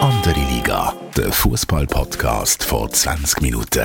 Andere Liga, der Fußball-Podcast vor 20 Minuten.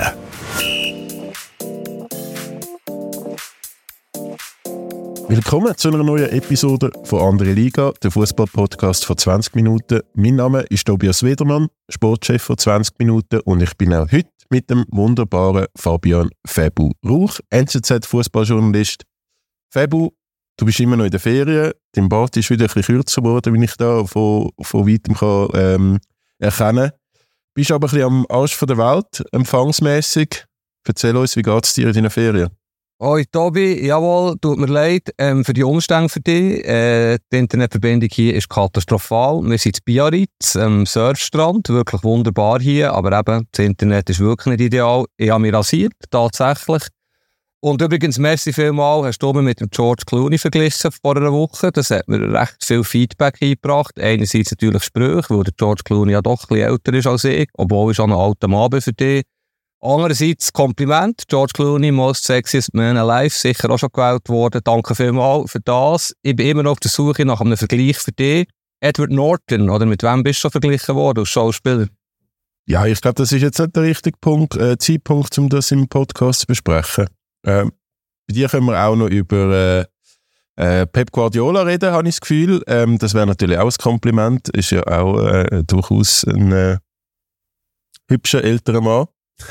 Willkommen zu einer neuen Episode von Andere Liga, der Fußball-Podcast von 20 Minuten. Mein Name ist Tobias Wedermann, Sportchef von 20 Minuten, und ich bin auch heute mit dem wunderbaren Fabian Fabu Rauch, NZZ-Fußballjournalist. Fabu, du bist immer noch in der Ferien, dein Bart ist wieder ein bisschen kürzer geworden, wie ich da von weitem kann, erkennen kann. Bist aber ein bisschen am Arsch von der Welt, empfangsmässig. Erzähl uns, wie geht es dir in deinen Ferien? Hoi Tobi, jawohl, tut mir leid für die Umstände für dich. Die Internetverbindung hier ist katastrophal. Wir sind in Biarritz, am Surfstrand, wirklich wunderbar hier, aber eben, das Internet ist wirklich nicht ideal. Ich habe mich rasiert, tatsächlich. Und übrigens, merci vielmals, hast du mich mit dem George Clooney verglichen vor einer Woche. Das hat mir recht viel Feedback eingebracht. Einerseits natürlich Sprüche, weil der George Clooney ja doch ein bisschen älter ist als ich, obwohl ich schon ein alter Mann bin für dich. Andererseits Kompliment, George Clooney, Most Sexiest Man Alive, sicher auch schon gewählt worden. Danke vielmals für das. Ich bin immer noch auf der Suche nach einem Vergleich für dich. Edward Norton, oder mit wem bist du schon verglichen worden als Schauspieler? Ja, ich glaube, das ist jetzt nicht der richtige Zeitpunkt, um das im Podcast zu besprechen. Bei dir können wir auch noch über Pep Guardiola reden, habe ich das Gefühl. Das wäre natürlich auch ein Kompliment. Ist ja auch durchaus ein hübscher älterer Mann.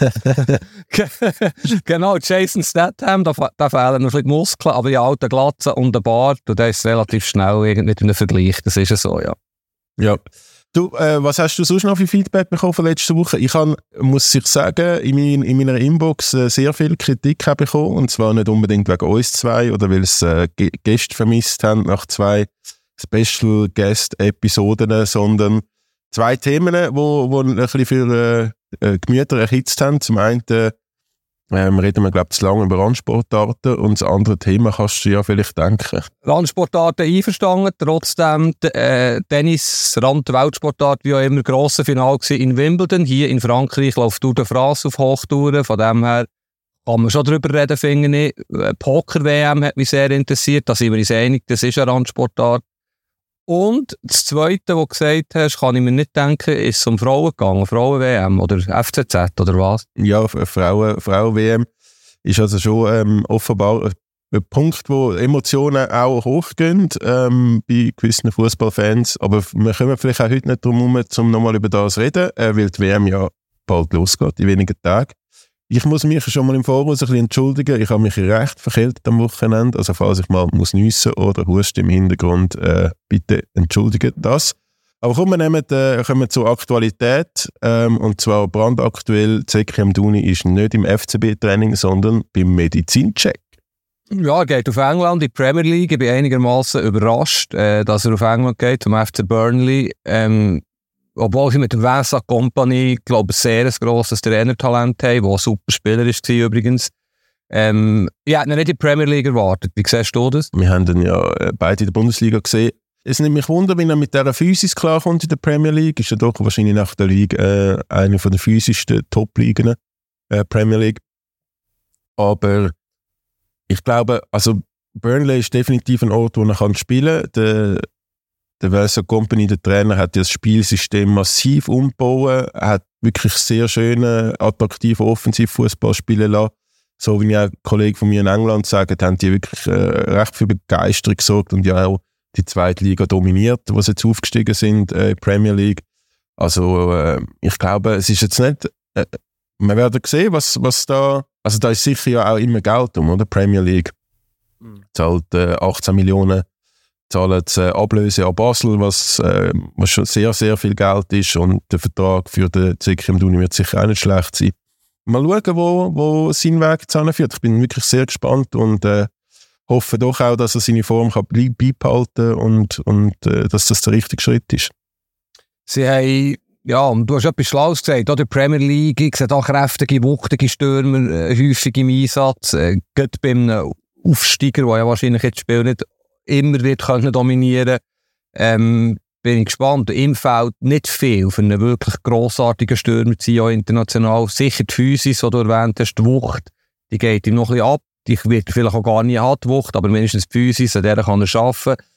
Genau, Jason Statham, da fehlen noch ein bisschen Muskeln, aber die alte Glatze und der Bart, und der ist relativ schnell irgendwie mit einem Vergleich, das ist ja so, ja. Ja. Du, was hast du sonst noch für Feedback bekommen von letzter Woche? Ich habe, muss ich sagen, in meiner Inbox sehr viel Kritik bekommen, und zwar nicht unbedingt wegen uns zwei oder weil es Gäste vermisst haben nach 2 Special Guest Episoden, sondern 2 Themen, wo ein bisschen für Gemüter erhitzt haben. Zum einen reden wir, glaube ich, zu lange über Randsportarten, und das andere Thema kannst du ja vielleicht denken. Randsportarten einverstanden, trotzdem Tennis, Rand-Weltsportart, wie auch immer, grosse Finale in Wimbledon. Hier in Frankreich läuft Tour de France auf Hochtouren, von dem her kann man schon darüber reden, finde ich. Poker-WM hat mich sehr interessiert, da sind wir uns einig, das ist eine Randsportart. Und das Zweite, was du gesagt hast, kann ich mir nicht denken, ist es um Frauen gegangen, Frauen-WM oder FCZ oder was? Ja, Frauen-WM ist also schon offenbar ein Punkt, wo Emotionen auch hochgehen bei gewissen Fußballfans. Aber wir kommen vielleicht auch heute nicht drum herum, um nochmal über das zu reden, weil die WM ja bald losgeht, in wenigen Tagen. Ich muss mich schon mal im Voraus ein bisschen entschuldigen. Ich habe mich recht verkältet am Wochenende. Also falls ich mal muss niesen oder husten im Hintergrund, bitte entschuldigt das. Aber kommen wir zur Aktualität. Und zwar brandaktuell, Zeki Amdouni ist nicht im FCB-Training, sondern beim Medizincheck. Ja, er geht auf England in die Premier League. Ich bin einigermaßen überrascht, dass er auf England geht, zum FC Burnley. Obwohl sie mit dem Vincent Kompany, glaube ich, ein sehr grosses Trainertalent haben, der ein super Spieler war übrigens. Ich hätte ihn nicht in die Premier League erwartet. Wie siehst du das? Wir haben ihn ja beide in der Bundesliga gesehen. Es nimmt mich wunder, wenn er mit dieser Physis klarkommt in der Premier League. Ist ja doch wahrscheinlich nach der Liga eine von den physischsten Top-Ligen, Premier League. Aber ich glaube, also Burnley ist definitiv ein Ort, wo er spielen kann. Der Vincent Kompany, der Trainer, hat das Spielsystem massiv umgebaut, hat wirklich sehr schönen, attraktiven Offensivfußball spielen lassen. So wie auch Kollegen von mir in England sagen, haben die wirklich recht viel Begeisterung gesorgt und ja auch die zweite Liga dominiert, wo sie jetzt aufgestiegen sind, Premier League. Also ich glaube, es ist jetzt nicht, wir werden sehen, was da, also da ist sicher ja auch immer Geld oder? Premier League zahlt 18 Millionen, zahlen Ablöse an Basel, was schon sehr, sehr viel Geld ist, und der Vertrag für den Zeki Amdouni wird sicher auch nicht schlecht sein. Mal schauen, wo sein Weg zusammenführt. Ich bin wirklich sehr gespannt und hoffe doch auch, dass er seine Form kann beibehalten und dass das der richtige Schritt ist. Sie haben, ja, du hast etwas Schlaues gesagt, auch die Premier League, ich sehe da kräftige, wuchtige Stürmer häufig im Einsatz, gerade bei einem Aufsteiger, der ja wahrscheinlich jetzt das Spiel nicht immer wird können dominieren, bin ich gespannt. Ihm fehlt nicht viel für einen wirklich grossartigen Stürmer zu sein, auch international. Sicher die Physis, die du erwähnt hast, die Wucht, die geht ihm noch ein bisschen ab. Die wird vielleicht auch gar nie haben, die Wucht, aber mindestens die Physis, an der kann er arbeiten.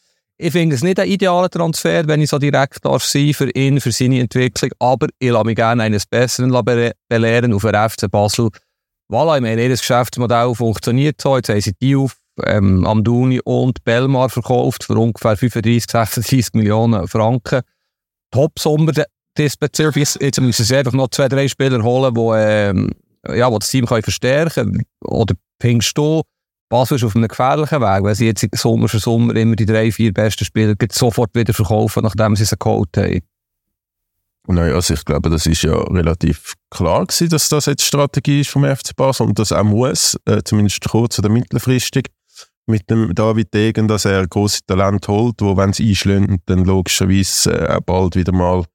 Ich finde es nicht ein idealer Transfer, wenn ich so direkt darf sein für ihn, für seine Entwicklung, aber ich lasse mich gerne eines Besseren belehren auf der FC Basel. Voilà, ich meine, ihr Geschäftsmodell funktioniert so, jetzt haben sie Diouf, Amdouni und Belmar verkauft für ungefähr 35-36 Millionen Franken. Top-Sommer diesbezüglich. Jetzt müssen sie einfach noch 2-3 Spieler holen, die das Team verstärken können. Oder findest du, Basel ist auf einem gefährlichen Weg, weil sie jetzt Sommer für Sommer immer die 3-4 besten Spieler sofort wieder verkaufen, nachdem sie geholt haben? Nein, also ich glaube, das ist ja relativ klar gewesen, dass das jetzt Strategie ist vom FC Basel und das auch muss, zumindest kurz- oder mittelfristig, mit dem David Degen, dass er grosse Talent holt, wo, wenn sie einschlägt, dann logischerweise auch bald wieder mal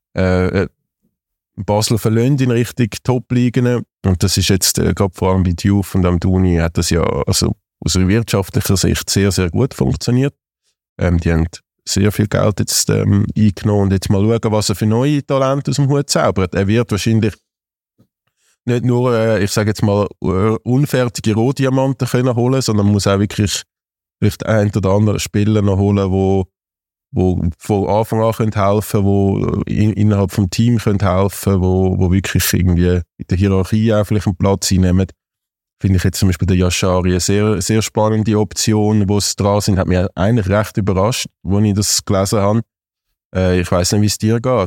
Basel verlöhnt in Richtung Top-Ligen. Und das ist jetzt, gerade vor allem bei Diouf und Amdouni, hat das ja also aus einer wirtschaftlicher Sicht sehr, sehr gut funktioniert. Die haben sehr viel Geld jetzt eingenommen und jetzt mal schauen, was er für neue Talente aus dem Hut zaubert. Er wird wahrscheinlich nicht nur, ich sage jetzt mal, unfertige Rohdiamanten können holen, sondern muss auch wirklich vielleicht ein oder andere Spieler noch holen, wo von Anfang an können helfen, wo innerhalb vom Team können helfen, wo wirklich irgendwie in der Hierarchie auch vielleicht einen Platz einnehmen. Finde ich jetzt zum Beispiel der Yashari eine sehr, sehr spannende Option, wo es dran sind, hat mich eigentlich recht überrascht, als ich das gelesen habe. Ich weiss nicht, wie es dir geht.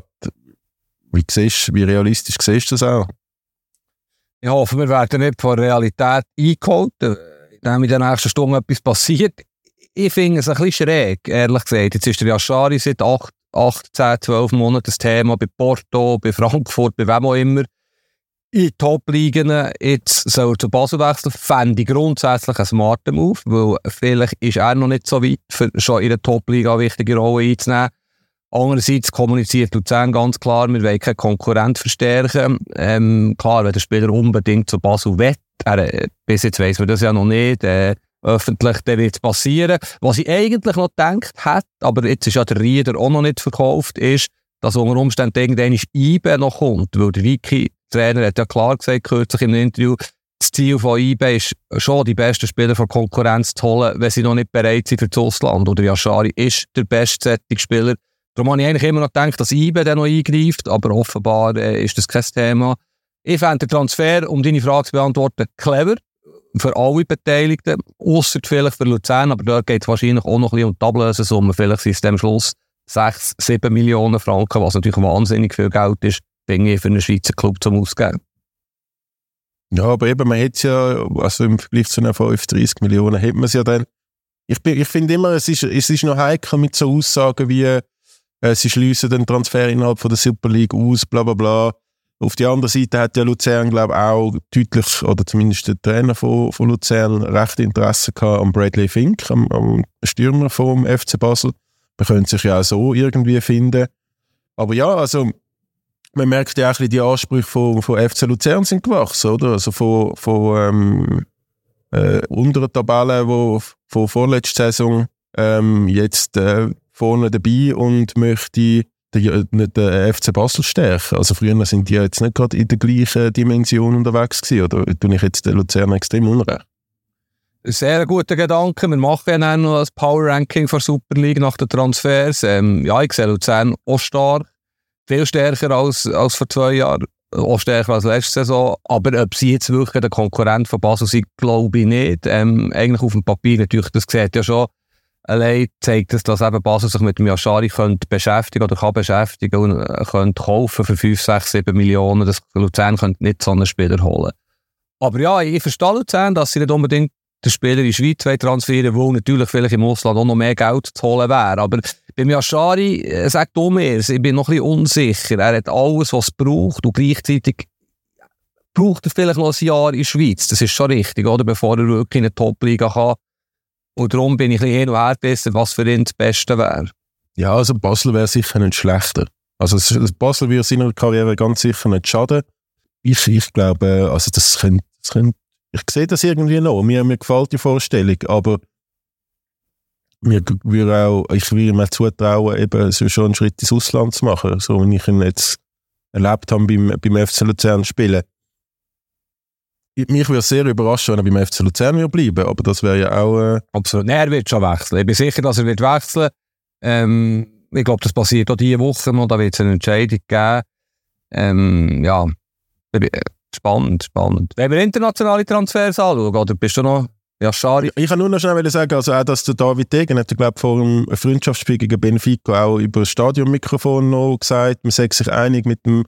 Wie realistisch siehst du das auch? Ich hoffe, wir werden nicht von der Realität eingeholt, indem in der nächsten Stunde etwas passiert. Ich finde es ein bisschen schräg, ehrlich gesagt. Jetzt ist der Yashari seit 8, 10, 12 Monaten das Thema bei Porto, bei Frankfurt, bei wem auch immer. In Top-Ligen, jetzt soll er zu Basel wechseln, fände ich grundsätzlich einen smarten Move, weil vielleicht ist er noch nicht so weit, für schon in der Top-Liga eine wichtige Rolle einzunehmen. Andererseits kommuniziert Luzern ganz klar, wir wollen keine Konkurrent verstärken. Klar, wenn der Spieler unbedingt zu Basel will, bis jetzt weiss man das ja noch nicht, öffentlich, dann wird es passieren. Was ich eigentlich noch gedacht hätte, aber jetzt ist ja der Rieder auch noch nicht verkauft, ist, dass unter Umständen irgendwann IBE noch kommt, weil der Riki-Trainer hat ja klar gesagt, kürzlich im Interview, das Ziel von IBE ist schon, die besten Spieler von Konkurrenz zu holen, wenn sie noch nicht bereit sind für das Ausland. Oder Yashari ist der beste Spieler. Darum habe ich eigentlich immer noch gedacht, dass IBE dann noch eingreift, aber offenbar ist das kein Thema. Ich fände den Transfer, um deine Frage zu beantworten, clever für alle Beteiligten, ausser vielleicht für Luzern, aber dort geht es wahrscheinlich auch noch ein bisschen um die Ablösesumme. Vielleicht sind es am Schluss 6-7 Millionen Franken, was natürlich wahnsinnig viel Geld ist, finde ich, für einen Schweizer Club zum Ausgeben. Ja, aber eben, man hätte es ja, also im Vergleich zu den 35 Millionen, hätte man es ja dann. Ich finde immer, es ist noch heikel mit so Aussagen wie, sie schliessen den Transfer innerhalb von der Super League aus, bla bla bla. Auf der anderen Seite hat ja Luzern, glaube ich, auch deutlich, oder zumindest der Trainer von Luzern, recht Interesse gehabt am Bradley Fink, am Stürmer vom FC Basel. Man könnte sich ja auch so irgendwie finden. Aber ja, also man merkt ja auch ein bisschen, die Ansprüche von FC Luzern sind gewachsen, oder? Also von unteren Tabellen, die von vorletzter Saison jetzt vorne dabei und möchte den FC Basel stärken. Also früher sind die jetzt nicht gerade in der gleichen Dimension unterwegs gewesen, oder tue ich jetzt den Luzern extrem unrecht? Sehr guter Gedanke. Wir machen ja dann noch ein Power-Ranking für Super League nach den Transfers. Ja, ich sehe Luzern auch stark. Viel stärker als vor 2 Jahren. Auch stärker als letzte Saison. Aber ob sie jetzt wirklich der Konkurrent von Basel sind, glaube ich nicht. Eigentlich auf dem Papier natürlich, das sieht ja schon. Allein zeigt es, dass eben Basel sich mit dem Yashari beschäftigen oder kann beschäftigen und könnte kaufen für 5, 6, 7 Millionen. Das Luzern könnte nicht so einen Spieler holen. Aber ja, ich verstehe Luzern, dass sie nicht unbedingt den Spieler in die Schweiz transferieren, wo natürlich vielleicht im Ausland auch noch mehr Geld zu holen wäre. Aber beim Yashari, sagt du mir, ich bin noch ein bisschen unsicher. Er hat alles, was es braucht und gleichzeitig braucht er vielleicht noch ein Jahr in der Schweiz. Das ist schon richtig, oder? Bevor er wirklich in eine Top-Liga kann. Und darum bin ich ein bisschen hin und her gerissen, was für ihn das Beste wäre. Ja, also Basel wäre sicher nicht schlechter. Also Basel würde seiner Karriere ganz sicher nicht schaden. Ich glaube, also das könnte ich sehe das irgendwie noch. Mir gefällt die Vorstellung, aber ich würde mir zutrauen, eben so schon einen Schritt ins Ausland zu machen, so wie ich ihn jetzt erlebt habe beim FC Luzern spielen. Mich würde sehr überraschen, wenn er beim FC Luzern bleiben würde, aber das wäre ja auch... Absolut. Nein, er wird schon wechseln. Ich bin sicher, dass er wird wechseln. Ich glaube, das passiert auch diese Woche noch, da wird es eine Entscheidung geben. Ja, spannend. Wenn wir internationale Transfers anschauen, oder bist du noch... Ja, schade. Ich kann nur noch schnell sagen, also auch, dass der David Degen hat, glaube vor einem Freundschaftsspiel gegen Benfica auch über das Stadionmikrofon noch gesagt, man sei sich einig mit dem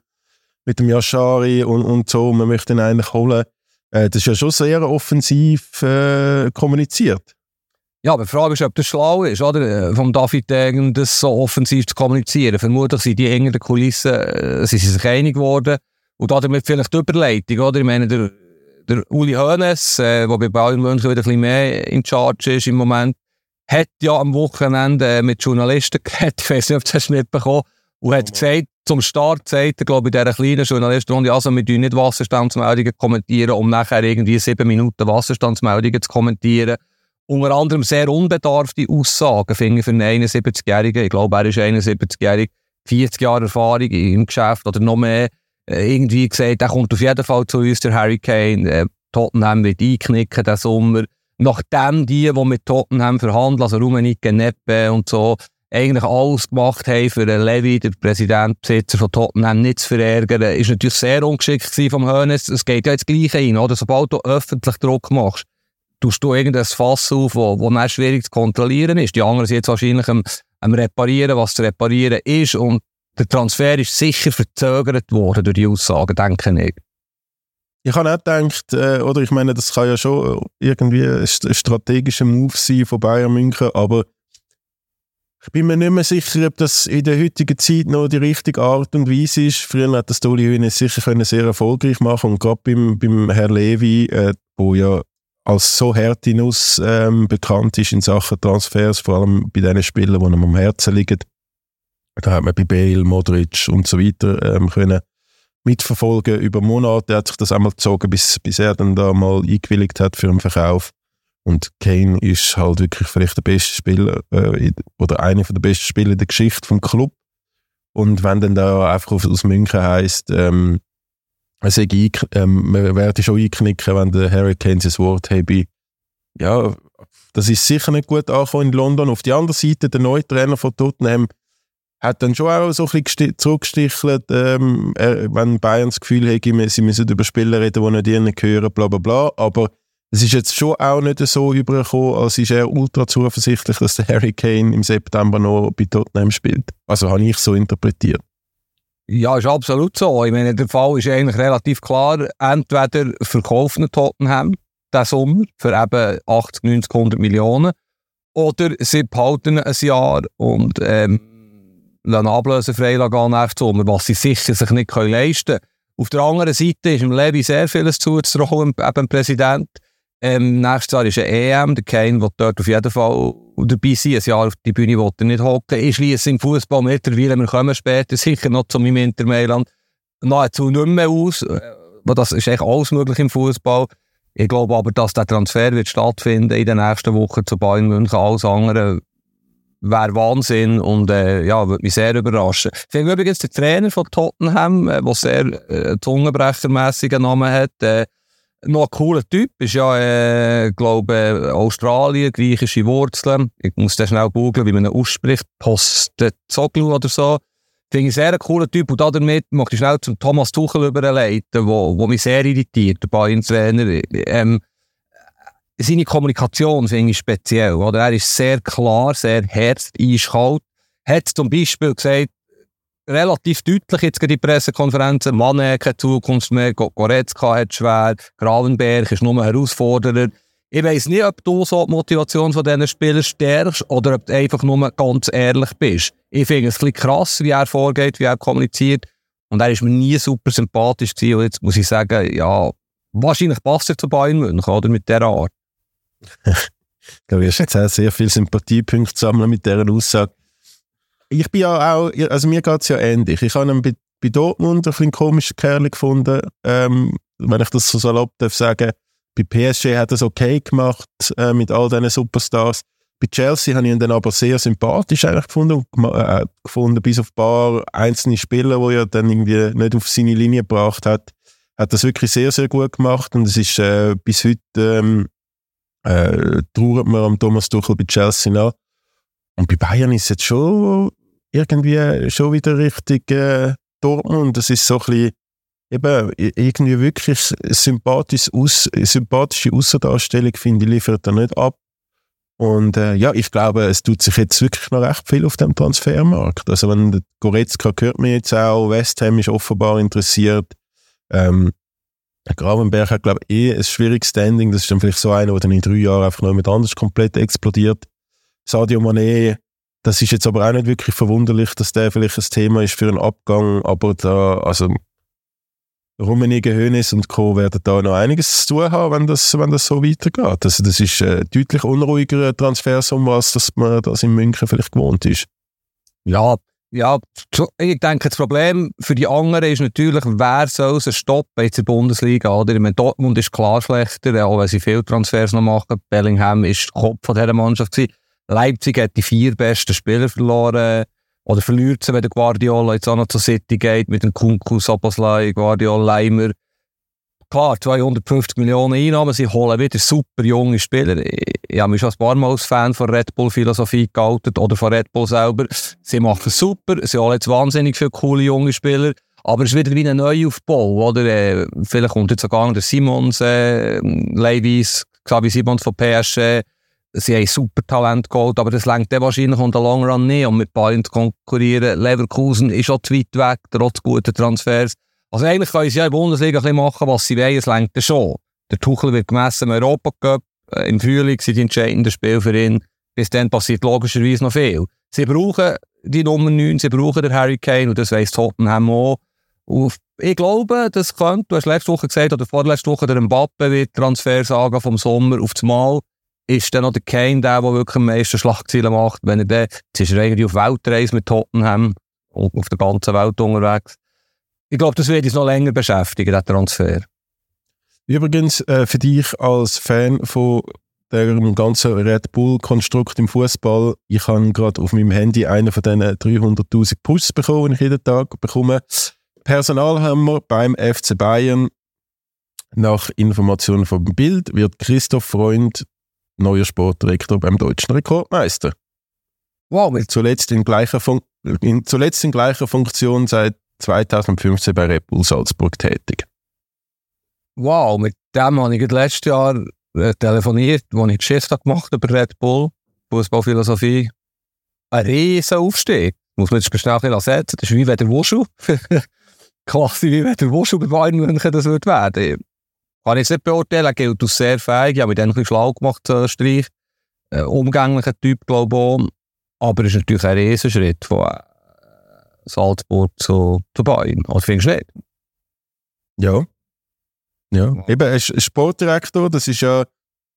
Yashari und so, man möchte ihn eigentlich holen. Das ist ja schon sehr offensiv kommuniziert. Ja, aber die Frage ist, ob das schlau ist, oder? Vom David Degen das so offensiv zu kommunizieren. Vermutlich sind die hinter den Kulissen sind sie sich einig geworden und damit vielleicht die Überleitung, oder? Ich meine, der Uli Hoeneß, der bei Bayern München wieder ein bisschen mehr in Charge ist im Moment, hat ja am Wochenende mit Journalisten geredet, ich weiss nicht, ob du das mitbekommen hast, und hat gesagt, zum Start sagt er, glaube ich, in dieser kleinen Journalistenrunde, also wir tun nicht Wasserstandsmeldungen kommentieren, um nachher irgendwie 7 Minuten Wasserstandsmeldungen zu kommentieren. Unter anderem sehr unbedarfte Aussagen, finde ich, für einen 71-Jährigen. Ich glaube, er ist 71-jährig, 40 Jahre Erfahrung im Geschäft oder noch mehr. Irgendwie gesagt, er kommt auf jeden Fall zu uns, der Harry Kane. Tottenham wird einknicken diesen Sommer. Nachdem die mit Tottenham verhandeln, also Rummenigge, Neppe und so, eigentlich alles gemacht haben, für den Levy, der Präsident, Besitzer von Tottenham, nicht zu verärgern, ist natürlich sehr ungeschickt vom Hoeneß. Es geht ja jetzt gleich rein, oder? Sobald du öffentlich Druck machst, tust du irgendein Fass auf, wo dann schwierig zu kontrollieren ist. Die anderen sind jetzt wahrscheinlich am Reparieren, was zu reparieren ist, und der Transfer ist sicher verzögert worden durch die Aussagen, denke ich. Ich habe auch gedacht, oder ich meine, das kann ja schon irgendwie ein strategischer Move sein von Bayern München, aber ich bin mir nicht mehr sicher, ob das in der heutigen Zeit noch die richtige Art und Weise ist. Früher hat das Uli Hoeneß sicher sehr erfolgreich machen, und gerade beim Herrn Levy, wo ja als so harte Nuss bekannt ist in Sachen Transfers, vor allem bei den Spielern, die ihm am Herzen liegen. Da hat man bei Bale, Modric und so weiter können mitverfolgen. Über Monate hat sich das einmal gezogen, bis er dann da mal eingewilligt hat für einen Verkauf. Und Kane ist halt wirklich vielleicht der beste Spieler oder einer der besten Spieler in der Geschichte vom Club. Und wenn dann da einfach aus München heisst, man werde schon einknicken, wenn der Harry Kane sein Wort habe. Ja, das ist sicher nicht gut angekommen in London. Auf der anderen Seite, der neue Trainer von Tottenham hat dann schon auch so ein bisschen zurückgestichelt, wenn Bayern das Gefühl hat, sie müssen über Spieler reden, die nicht ihnen gehören, bla bla bla. Aber es ist jetzt schon auch nicht so übergekommen, als ist er ultra zuversichtlich, dass der Harry Kane im September noch bei Tottenham spielt. Also habe ich so interpretiert. Ja, ist absolut so. Ich meine, der Fall ist eigentlich relativ klar. Entweder verkaufen Tottenham diesen Sommer für eben 80, 90, 100 Millionen, oder sie behalten ein Jahr und lassen ablösefrei gehen nächsten Sommer, was sie sicher sich nicht leisten können. Auf der anderen Seite ist im Levy sehr vieles zuzutrauen, eben dem Präsident. Nächstes Jahr ist eine EM, der Kane will dort auf jeden Fall dabei sein. Ein Jahr auf die Bühne will er nicht hocken. Ich schliesse im Fußball mittlerweile, wir kommen später sicher noch zu meinem Inter Mailand, nahezu nicht mehr aus. Das ist eigentlich alles möglich im Fußball. Ich glaube aber, dass der Transfer wird stattfinden in den nächsten Wochen zu Bayern München. Alles andere wäre Wahnsinn und würde mich sehr überraschen. Ich finde übrigens der Trainer von Tottenham, der sehr zungenbrechermässigen Namen hat, noch ein cooler Typ, ist ja, glaube Australien, griechische Wurzeln. Ich muss das schnell googeln, wie man ihn ausspricht. Postecoglou oder so. Finde ich sehr ein cooler Typ, und damit möchte ich schnell zum Thomas Tuchel überleiten, wo mich sehr irritiert, der Bayern-Trainer. Seine Kommunikation finde ich speziell, oder? Er ist sehr klar, sehr hart, eiskalt. Hat zum Beispiel gesagt, relativ deutlich jetzt in die Pressekonferenzen, Mané keine Zukunft mehr, Goretzka hat schwer, Gravenberg ist nur ein Herausforderer. Ich weiss nicht, ob du so die Motivation von diesen Spielern stärkst oder ob du einfach nur ganz ehrlich bist. Ich finde es ein bisschen krass, wie er vorgeht, wie er kommuniziert, und er ist mir nie super sympathisch gewesen, und jetzt muss ich sagen, ja, wahrscheinlich passt er zu Bayern München, oder, mit dieser Art. Ich glaube, du hast jetzt auch sehr viele Sympathiepunkte sammeln mit dieser Aussage. Ich bin ja auch, also mir geht es ja ähnlich. Ich habe ihn bei Dortmund ein bisschen komischen Kerl gefunden, wenn ich das so salopp darf sagen. Bei PSG hat er es okay gemacht mit all diesen Superstars. Bei Chelsea habe ich ihn dann aber sehr sympathisch eigentlich gefunden, bis auf ein paar einzelne Spieler, die er dann irgendwie nicht auf seine Linie gebracht hat. Hat das wirklich sehr, sehr gut gemacht, und es ist bis heute trauert man am Thomas Tuchel bei Chelsea nach. Und bei Bayern ist es jetzt schon irgendwie schon wieder richtig Dortmund. Das ist so ein bisschen eben irgendwie wirklich sympathische Aussendarstellung, finde ich, liefert er nicht ab. Und ich glaube, es tut sich jetzt wirklich noch recht viel auf dem Transfermarkt. Also wenn Goretzka hört mir jetzt auch, West Ham ist offenbar interessiert. Gravenberch hat, glaube ich, ein schwieriges Standing. Das ist dann vielleicht so einer, der dann in 3 Jahren einfach noch mit anders komplett explodiert. Sadio Mané, das ist jetzt aber auch nicht wirklich verwunderlich, dass der vielleicht ein Thema ist für einen Abgang, aber da, also Rummenigge, Hoeneß und Co. werden da noch einiges zu tun haben, wenn das so weitergeht. Also das ist deutlich unruhiger Transfersummer, als dass man das in München vielleicht gewohnt ist. Ja, ich denke, das Problem für die anderen ist natürlich, wer soll sie stoppen in der Bundesliga, oder? Ich meine, Dortmund ist klar schlechter, auch wenn sie viele Transfers noch machen. Bellingham ist Kopf von dieser Mannschaft gewesen. Leipzig hat die 4 besten Spieler verloren, oder verliert sie, wenn der Guardiola jetzt auch noch zur City geht, mit dem Kunku, Szoboszlai, Guardiola, Leimer. Klar, 250 Millionen Einnahmen, sie holen wieder super junge Spieler. Ich habe mich schon ein paar Mal als Fan von Red Bull-Philosophie geoutet, oder von Red Bull selber. Sie machen es super, sie holen jetzt wahnsinnig viele coole junge Spieler, aber es ist wieder wie ein Neuaufbau, oder? Vielleicht kommt jetzt sogar noch der Simons, Levis, Xavi Simons von PSG. Sie haben super Talent geholt, aber das reicht dann wahrscheinlich on the long run nicht, um mit Bayern zu konkurrieren. Leverkusen ist auch zu weit weg, trotz guter Transfers. Also eigentlich können sie ja in der Bundesliga ein bisschen machen, was sie wollen, es reicht dann schon. Der Tuchel wird gemessen im Europacup, im Frühling sind die entscheidenden Spiele für ihn. Bis dann passiert logischerweise noch viel. Sie brauchen die Nummer 9, sie brauchen den Harry Kane und das weiss Tottenham auch. Und ich glaube, das könnte, du hast letzte Woche gesagt, oder vorletzte Woche, der Mbappe wird Transfersaga vom Sommer auf das Mal. Ist dann noch der Kane der wirklich am meisten Schlagzeilen macht, wenn er dann, jetzt ist er eigentlich auf Weltreise mit Tottenham und auf der ganzen Welt unterwegs. Ich glaube, das wird uns noch länger beschäftigen, der Transfer. Übrigens, für dich als Fan von dem ganzen Red Bull-Konstrukt im Fußball, ich habe gerade auf meinem Handy einen von diesen 300'000 Push bekommen, den ich jeden Tag bekomme. Personalhammer beim FC Bayern. Nach Informationen vom Bild wird Christoph Freund neuer Sportdirektor beim deutschen Rekordmeister. Wow. Zuletzt in gleicher Funktion seit 2015 bei Red Bull Salzburg tätig. Wow, mit dem habe ich letztes Jahr telefoniert, als ich die Schicht gemacht habe über Red Bull, Fußballphilosophie. Ein riesen Aufstieg. Muss man jetzt schnell ersetzen. Das ist wie wenn der Wuschu. Klasse, wie wenn der Wuschu bei Bayern München das wird werden. Kann ich jetzt nicht beurteilen, er gilt als sehr fähig. Ich habe mich dann ein bisschen schlau gemacht zu Österreich. Umgänglicher Typ, glaube ich. Aber es ist natürlich ein Riesenschritt von Salzburg zu Bayern. Also findest du nicht? Ja. Eben, er ist Sportdirektor, das ist ja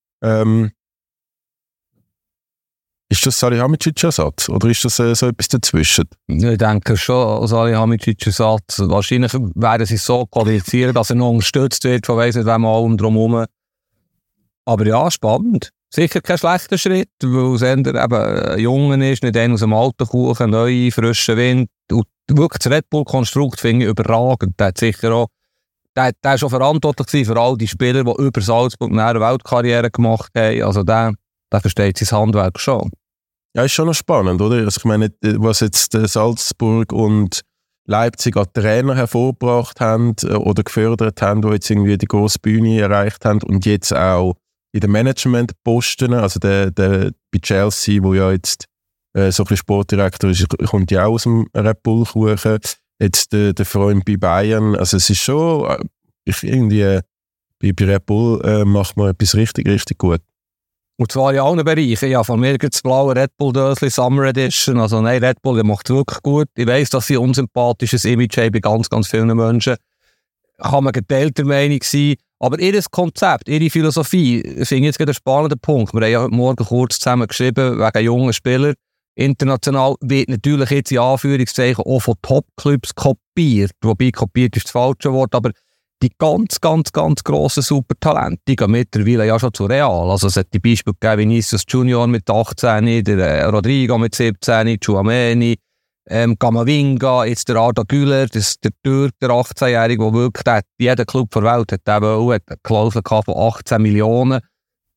ist das Salihamidzic-Ersatz oder ist das so etwas dazwischen? Ich denke schon, Salihamidzic-Ersatz. Wahrscheinlich werden sie so qualifizieren, dass er noch unterstützt wird von weiss nicht wem allem drumherum. Aber ja, spannend. Sicher kein schlechter Schritt, weil es eben ein Junge ist, nicht einer aus dem alten Kuchen, neu, frischen Wind. Und wirklich das Red Bull-Konstrukt finde ich überragend. Der hat sicher auch, der ist schon verantwortlich für all die Spieler, die über Salzburg eine Weltkarriere gemacht haben. Also der versteht sein Handwerk schon. Ja, ist schon noch spannend, oder? Also ich meine, was jetzt Salzburg und Leipzig an Trainer hervorgebracht haben oder gefördert haben, die jetzt irgendwie die grosse Bühne erreicht haben und jetzt auch in den Managementposten, also der bei Chelsea, wo ja jetzt so ein bisschen Sportdirektor ist, kommt ja auch aus dem Red Bull-Kuchen. Jetzt der Freund bei Bayern, also es ist schon, irgendwie bei Red Bull macht man etwas richtig, richtig gut. Und zwar in allen Bereichen. Ja, von mir gibt es das blaue Red Bull-Dösli Summer Edition. Also nein, Red Bull macht es wirklich gut. Ich weiss, dass sie ein unsympathisches Image haben bei ganz, ganz vielen Menschen. Kann man geteilter Meinung sein. Aber ihr Konzept, ihre Philosophie, finde ich jetzt gerade einen spannenden Punkt. Wir haben ja heute Morgen kurz zusammen geschrieben, wegen jungen Spielern. International wird natürlich jetzt in Anführungszeichen auch von Top-Clubs kopiert. Wobei kopiert ist das falsche Wort, aber die ganz, ganz, ganz grossen Supertalente, die gehen mittlerweile ja schon zu Real. Also es hat die Beispiele gegeben, Vinicius Junior mit 18, der Rodrigo mit 17, Tchouaméni, Camavinga, jetzt der Arda Güler, der Türk, der 18-Jährige, der wirklich, jeder Club der Welt hat eine Klausel von 18 Millionen.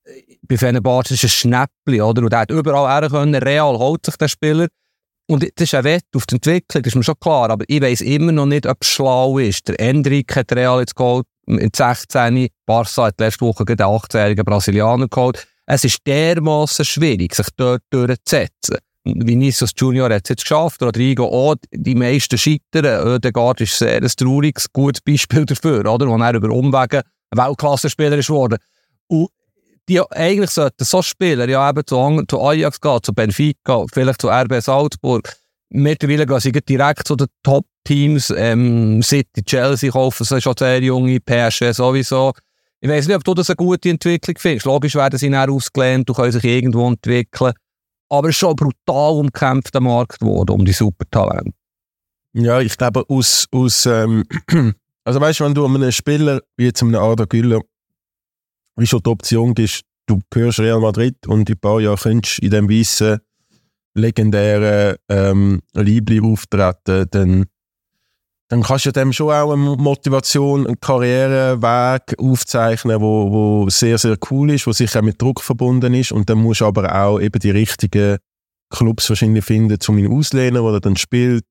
bei Fenerbahce ist ein Schnäppchen, oder? Und der hat überall her können, Real holt sich der Spieler. Und das ist ein Wett auf die Entwicklung, das ist mir schon klar. Aber ich weiss immer noch nicht, ob es schlau ist. Der Endrick hat Real jetzt geholt, mit 16. Barca hat letzte Woche den 18-jährigen Brasilianer geholt. Es ist dermassen schwierig, sich dort durchzusetzen. Vinicius Junior hat es jetzt geschafft, Rodrigo auch, die meisten scheitern. Oedegaard ist sehr ein trauriges, gutes Beispiel dafür, oder? Wo er über Umwege ein Weltklasse-Spieler ist geworden. Und die eigentlich sollten so Spieler ja eben zu Ajax gehen, zu Benfica, vielleicht zu RB Salzburg. Mittlerweile gehen sie direkt zu den Top-Teams, City, Chelsea kaufen sie schon sehr junge, PSG sowieso. Ich weiss nicht, ob du das eine gute Entwicklung findest. Logisch werden sie dann ausgelehnt und können sich irgendwo entwickeln. Aber es ist schon ein brutal umkämpfter Markt geworden um die Supertalente. Ja, ich glaube, also weißt du, wenn du einem Spieler wie jetzt einem Arda Güler wie schon die Option gibst, du gehörst Real Madrid und in ein paar Jahren könntest in diesem weißen, legendären Liebli auftreten, dann kannst du dem schon auch eine Motivation, einen Karriereweg aufzeichnen, wo sehr, sehr cool ist, wo sicher auch mit Druck verbunden ist. Und dann musst du aber auch eben die richtigen Clubs wahrscheinlich finden, um ihn auszulehnen, wo er dann spielt.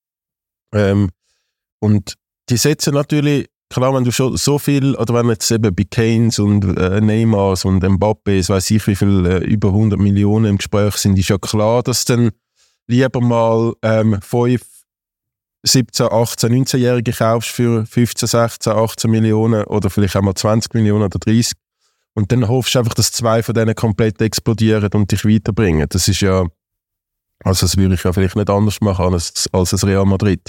Und die setzen natürlich, klar, wenn du schon so viel, oder wenn jetzt eben bei Kanes und Neymars und Mbappé, weiss ich wie viel, über 100 Millionen im Gespräch sind, ist ja klar, dass dann lieber mal 5, 17, 18, 19-Jährige kaufst für 15, 16, 18 Millionen oder vielleicht auch mal 20 Millionen oder 30 und dann hoffst du einfach, dass 2 von denen komplett explodieren und dich weiterbringen. Das ist ja, also das würde ich ja vielleicht nicht anders machen als das Real Madrid.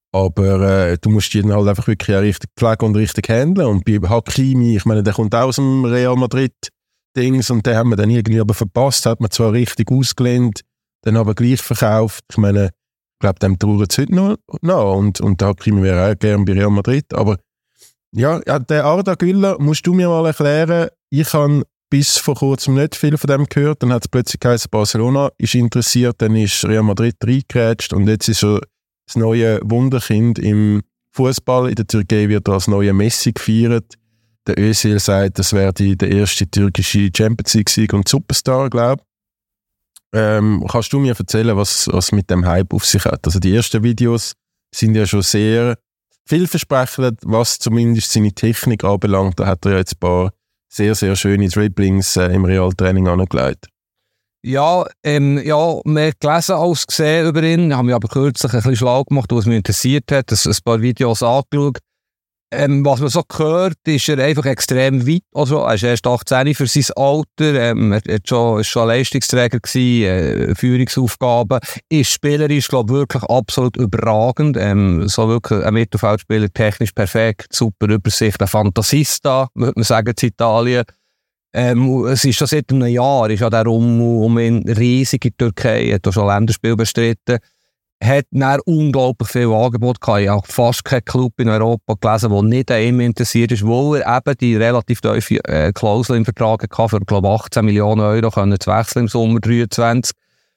Aber du musst die dann halt einfach wirklich auch richtig pflegen und richtig handeln. Und bei Hakimi, ich meine, der kommt aus dem Real Madrid-Dings und den haben wir dann irgendwie aber verpasst, hat man zwar richtig ausgelehnt, dann aber gleich verkauft. Ich meine, ich glaube, dem trauert es heute noch. Und der Hakimi wäre auch gerne bei Real Madrid. Aber ja, der Arda Güler, musst du mir mal erklären, ich habe bis vor kurzem nicht viel von dem gehört, dann hat es plötzlich geheißen, Barcelona ist interessiert, dann ist Real Madrid reingeratscht und jetzt ist er das neue Wunderkind im Fußball. In der Türkei wird er als neuer Messi gefeiert. Der Özil sagt, das wäre der erste türkische Champions League-Sieg und Superstar, glaube ich. Kannst du mir erzählen, was mit dem Hype auf sich hat? Also die ersten Videos sind ja schon sehr vielversprechend, was zumindest seine Technik anbelangt. Da hat er ja jetzt ein paar sehr, sehr schöne Dribblings im Realtraining angelegt. Ja, mehr gelesen als gesehen über ihn. Haben mich aber kürzlich ein bisschen schlau gemacht, was mich interessiert hat. Ein paar Videos angeschaut. Was man so gehört, ist er einfach extrem weit. Also, er ist erst 18 für sein Alter. Er ist schon Leistungsträger gewesen, Führungsaufgaben. Ist spielerisch, glaube ich, wirklich absolut überragend. So wirklich ein Mittelfeldspieler, technisch perfekt, super Übersicht, ein Fantasista, würde man sagen, in Italien. Es ist schon seit einem Jahr, ist ja der um ihn riesig in der Türkei, hat auch schon Länderspiel bestritten. Hat dann unglaublich viel Angebot gehabt. Ich habe fast keinen Club in Europa gelesen, der nicht an ihm interessiert ist, weil er eben die relativ tiefe Klausel im Vertrag hatte, für, glaube 18 Millionen Euro können zu wechseln im Sommer 23.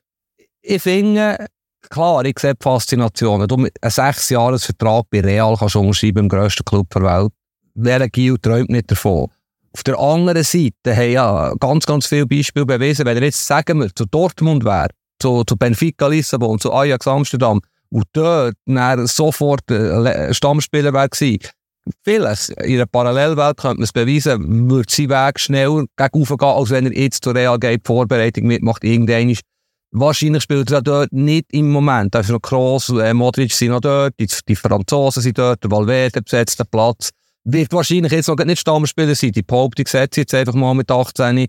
Ich finde, klar, ich sehe die Faszination. Wenn du einen 6-Jahres-Vertrag bei Real kannst unterschreiben, im grössten Club der Welt, wer Gil träumt nicht davon. Auf der anderen Seite haben ja ganz, ganz viele Beispiele bewiesen, wenn er jetzt, sagen wir, zu Dortmund wäre, zu Benfica Lissabon, zu Ajax Amsterdam und dort sofort Stammspieler wäre gewesen. Vieles in einer Parallelwelt könnte man es beweisen, würde sein Weg schneller gegen gehen, als wenn er jetzt zur Real geht, die Vorbereitung mitmacht, irgendwann. Wahrscheinlich spielt er dort nicht im Moment. Da ist noch Kroos, Modric sind noch dort, die Franzosen sind dort, der Valverde besetzt den Platz. Wird wahrscheinlich jetzt noch nicht Stammspieler sein. Die Behauptung setzt jetzt einfach mal mit 18.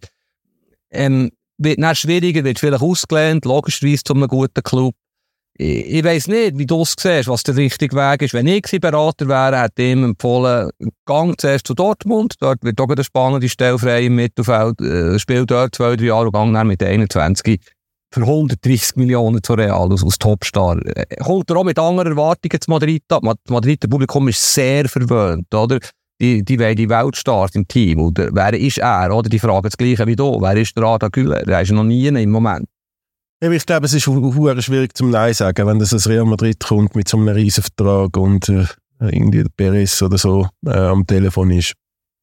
Wird dann schwieriger, wird vielleicht ausgelehnt, logischerweise zu einem guten Club. Ich weiss nicht, wie du es siehst, was der richtige Weg ist. Wenn ich sein Berater wäre, hätte ich ihm empfohlen, gang zuerst zu Dortmund. Dort wird auch eine spannende Stelle frei im Mittelfeld. Spielt dort 2-3 Jahre und gang dann mit 21 für 130 Millionen zu Real als Topstar. Kommt er auch mit anderen Erwartungen zu Madrid ab. Das Madrider Publikum ist sehr verwöhnt, oder? Die wollen die Weltstars im Team. Oder wer ist er? Oder die fragen das Gleiche wie du. Wer ist der Arda Güler? Der ist noch nie im Moment. Ich glaube, es ist schwierig zum Nein sagen, wenn das aus Real Madrid kommt mit so einem riesen Vertrag und irgendwie der Perez oder so am Telefon ist.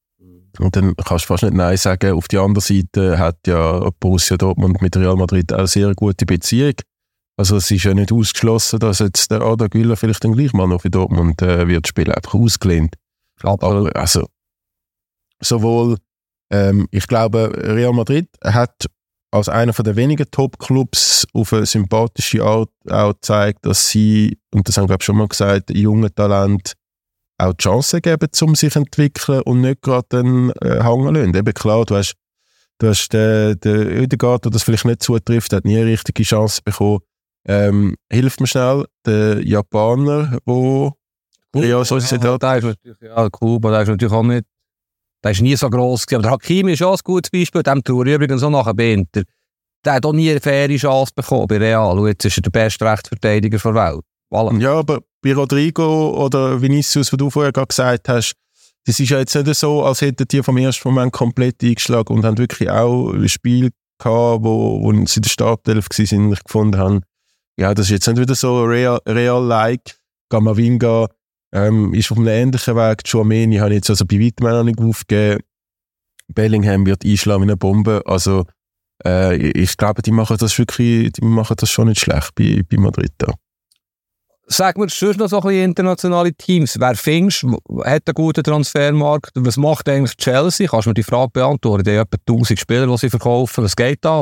Und dann kannst du fast nicht Nein sagen. Auf der anderen Seite hat ja Borussia Dortmund mit Real Madrid auch eine sehr gute Beziehung. Also es ist ja nicht ausgeschlossen, dass jetzt der Arda Güler vielleicht dann gleich mal noch für Dortmund wird spielen, einfach ausgelehnt. Aber also sowohl, ich glaube, Real Madrid hat als einer der wenigen Top-Clubs auf eine sympathische Art auch gezeigt, dass sie, und das haben wir glaube ich schon mal gesagt, jungen Talent auch die Chance geben, um sich zu entwickeln und nicht gerade dann hängen lassen. Eben klar, du hast den Ødegaard, der das vielleicht nicht zutrifft, hat nie eine richtige Chance bekommen. Hilft mir schnell, der Japaner, der Real Sociedad... Der ist natürlich, ja, Kuba, der ist natürlich auch nicht... Der ist nie so gross gewesen. Aber der Hakimi ist auch ein gutes Beispiel, dem traue ich übrigens auch nachher Benter. Der hat auch nie eine faire Chance bekommen bei Real. Und jetzt ist er der beste Rechtsverteidiger der Welt. Voilà. Ja, aber bei Rodrigo oder Vinicius, was du vorher gerade gesagt hast, das ist ja jetzt nicht so, als hätten die vom ersten Moment komplett eingeschlagen und haben wirklich auch ein Spiel gehabt, wo sie in der Startelf waren und ich gefunden haben, ja, das ist jetzt nicht wieder so real-like. Camavinga ist auf einem ähnlichen Weg. Tchouaméni habe ich jetzt also bei weitem noch nicht aufgegeben. Bellingham wird einschlagen wie eine Bombe. Also ich glaube, die machen das schon nicht schlecht bei Madrid da. Sag mir, sonst noch so ein bisschen internationale Teams. Wer findest du, hat einen guten Transfermarkt? Was macht eigentlich Chelsea? Kannst du mir die Frage beantworten? Die haben etwa 1000 Spieler, die sie verkaufen. Was geht da?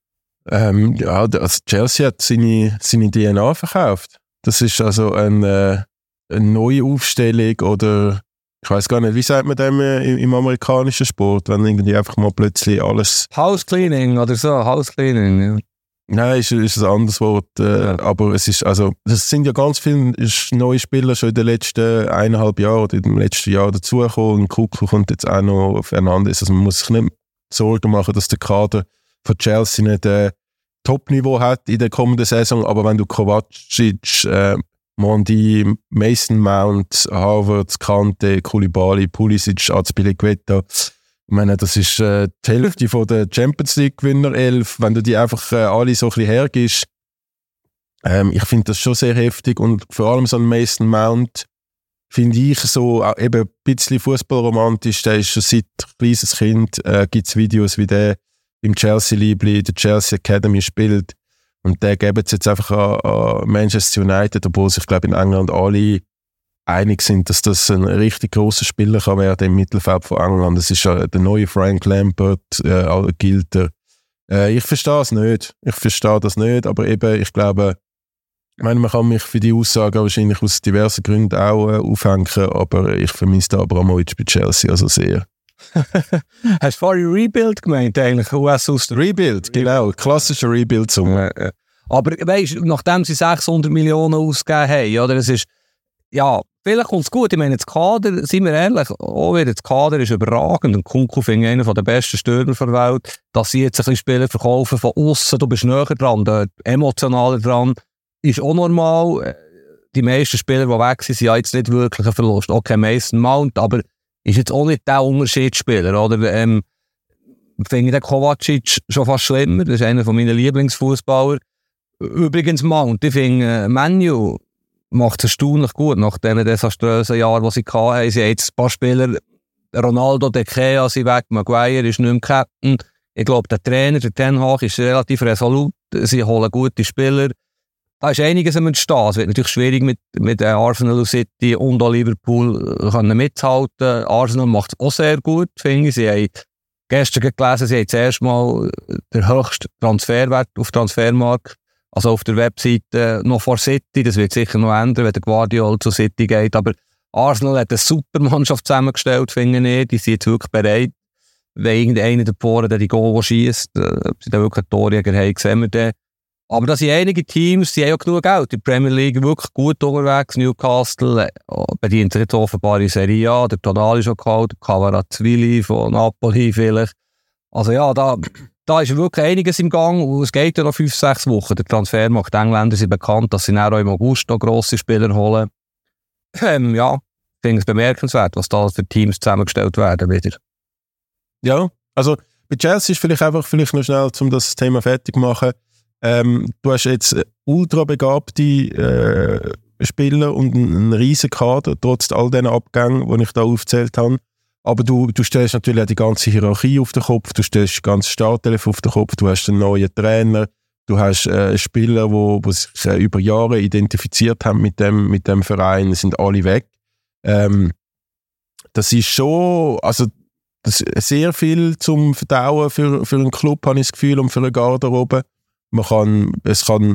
Ja, also Chelsea hat seine DNA verkauft. Das ist also eine neue Aufstellung oder ich weiß gar nicht, wie sagt man dem im amerikanischen Sport, wenn irgendwie einfach mal plötzlich alles... Housecleaning oder so, Housecleaning, ja. Nein, ist ein anderes Wort, aber es sind ja ganz viele neue Spieler schon in den letzten 1,5 Jahren oder im letzten Jahr dazugekommen und Kuku kommt jetzt auch noch auf Fernandes. Also man muss sich nicht Sorgen machen, dass der Kader von Chelsea nicht Top-Niveau hat in der kommenden Saison, aber wenn du Kovacic, Mondi, Mason Mount, Havertz, Kante, Koulibaly, Pulisic, Azpilicueta, ich meine, das ist die Hälfte von der Champions League-Gewinner 11. Wenn du die einfach alle so ein bisschen hergibst, ich finde das schon sehr heftig und vor allem so ein Mason Mount finde ich so eben ein bisschen fußballromantisch. Der ist schon seit kleines Kind, gibt es Videos, wie der im Chelsea-Liebli, der Chelsea Academy spielt und der geben es jetzt einfach an Manchester United, obwohl sich, glaube ich, in England alle einig sind, dass das ein richtig grosser Spieler kann werden im Mittelfeld von England. Das ist ja der neue Frank Lampard, gilt er. Ich verstehe es nicht. Aber eben, ich glaube, man kann mich für die Aussage wahrscheinlich aus diversen Gründen auch aufhängen, aber ich vermisse Abramovich bei Chelsea also sehr. Hast du vorhin Rebuild gemeint eigentlich? Rebuild, genau. Klassischer Rebuild-Song. Aber weißt du, nachdem sie 600 Millionen ausgegeben haben, oder, es ist, ja, vielleicht kommt es gut. Ich meine, das Kader, seien wir ehrlich, auch wieder das Kader ist überragend und Kunku finde ich einer der besten Stürmer der Welt. Dass sie jetzt ein bisschen Spieler verkaufen von außen, du bist näher dran, dort, emotionaler dran, ist auch normal. Die meisten Spieler, die weg sind, sind ja jetzt nicht wirklich ein Verlust. Okay, Mason Mount, aber ist jetzt auch nicht der Unterschiedsspieler, oder? Finde ich den Kovacic schon fast schlimmer. Das ist einer meiner Lieblingsfußballer. Übrigens Mount, ich finde, Manu macht es erstaunlich gut nach diesen desaströsen Jahren, die sie hatten. Sie haben jetzt ein paar Spieler, Ronaldo, De Gea sind weg, Maguire ist nicht mehr Captain. Ich glaube, der Trainer, der Ten Hag, ist relativ resolut. Sie holen gute Spieler. Da ist einiges am Entstehen. Es wird natürlich schwierig mit Arsenal City und auch Liverpool können mithalten. Arsenal macht es auch sehr gut, finde ich. Sie haben gestern gelesen, sie haben zuerst mal den höchsten Transferwert auf Transfermarkt. Also auf der Webseite noch vor City, das wird sicher noch ändern, wenn der Guardiola zu City geht, aber Arsenal hat eine super Mannschaft zusammengestellt, finde ich, die sind jetzt wirklich bereit, wenn irgendeiner der Poren die Goal schiesst, ob sie da wirklich einen Torjäger haben, sehen wir dann. Aber da sind einige Teams, die haben ja genug Geld, die Premier League wirklich gut unterwegs, Newcastle bedient sich jetzt offenbar in Serie A, der Tonali schon geholt, der Kvaratskhelia von Napoli vielleicht, also ja, da ist wirklich einiges im Gang und es geht ja noch 5-6 Wochen. Der Transfermarkt, die Engländer sind bekannt, dass sie auch im August noch grosse Spieler holen. Ja, ich finde es bemerkenswert, was da für Teams zusammengestellt werden wieder. Ja, also bei Chelsea ist vielleicht noch schnell, um das Thema fertig zu machen. Du hast jetzt ultra begabte Spieler und einen riesen Kader, trotz all diesen Abgängen, die ich da aufgezählt habe. Aber du stellst natürlich auch die ganze Hierarchie auf den Kopf, du stellst das ganze Startelf auf den Kopf, du hast einen neuen Trainer, du hast Spieler, die sich über Jahre identifiziert haben mit dem Verein, sind alle weg. Das ist schon, also das ist sehr viel zum Verdauen für einen Club, habe ich das Gefühl, und für eine Garderobe. Es kann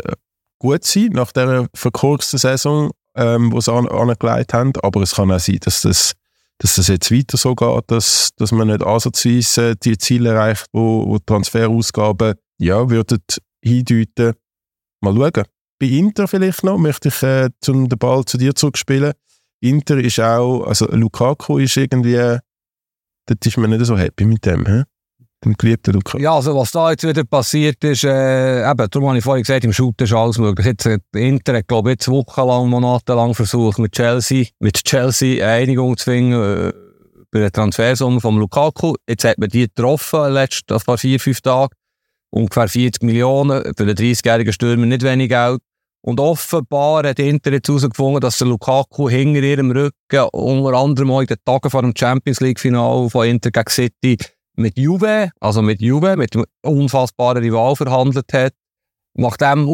gut sein, nach dieser verkorksten Saison, die sie angelegt haben, aber es kann auch sein, dass das jetzt weiter so geht, dass man nicht ansatzweise die Ziele erreicht, wo Transferausgaben würden hindeuten. Mal schauen. Bei Inter vielleicht noch, möchte ich den Ball zu dir zurückspielen. Inter ist auch, also Lukaku ist irgendwie, dort ist man nicht so happy mit dem, dem geliebten Lukaku. Ja, also was da jetzt wieder passiert ist, eben, darum habe ich vorhin gesagt, im Shoot ist alles möglich. Jetzt, Inter hat, glaube ich, jetzt wochenlang, monatelang versucht, mit Chelsea eine Einigung zu finden bei der Transfersumme von Lukaku. Jetzt hat man die getroffen, letzten 4-5 Tage. Ungefähr 40 Millionen, für einen 30-jährigen Stürmer nicht wenig Geld. Und offenbar hat Inter jetzt herausgefunden, dass der Lukaku hinter ihrem Rücken unter anderem auch in den Tagen vor dem Champions-League-Final von Inter gegen City mit Juve, mit dem unfassbaren Rival verhandelt hat. Nachdem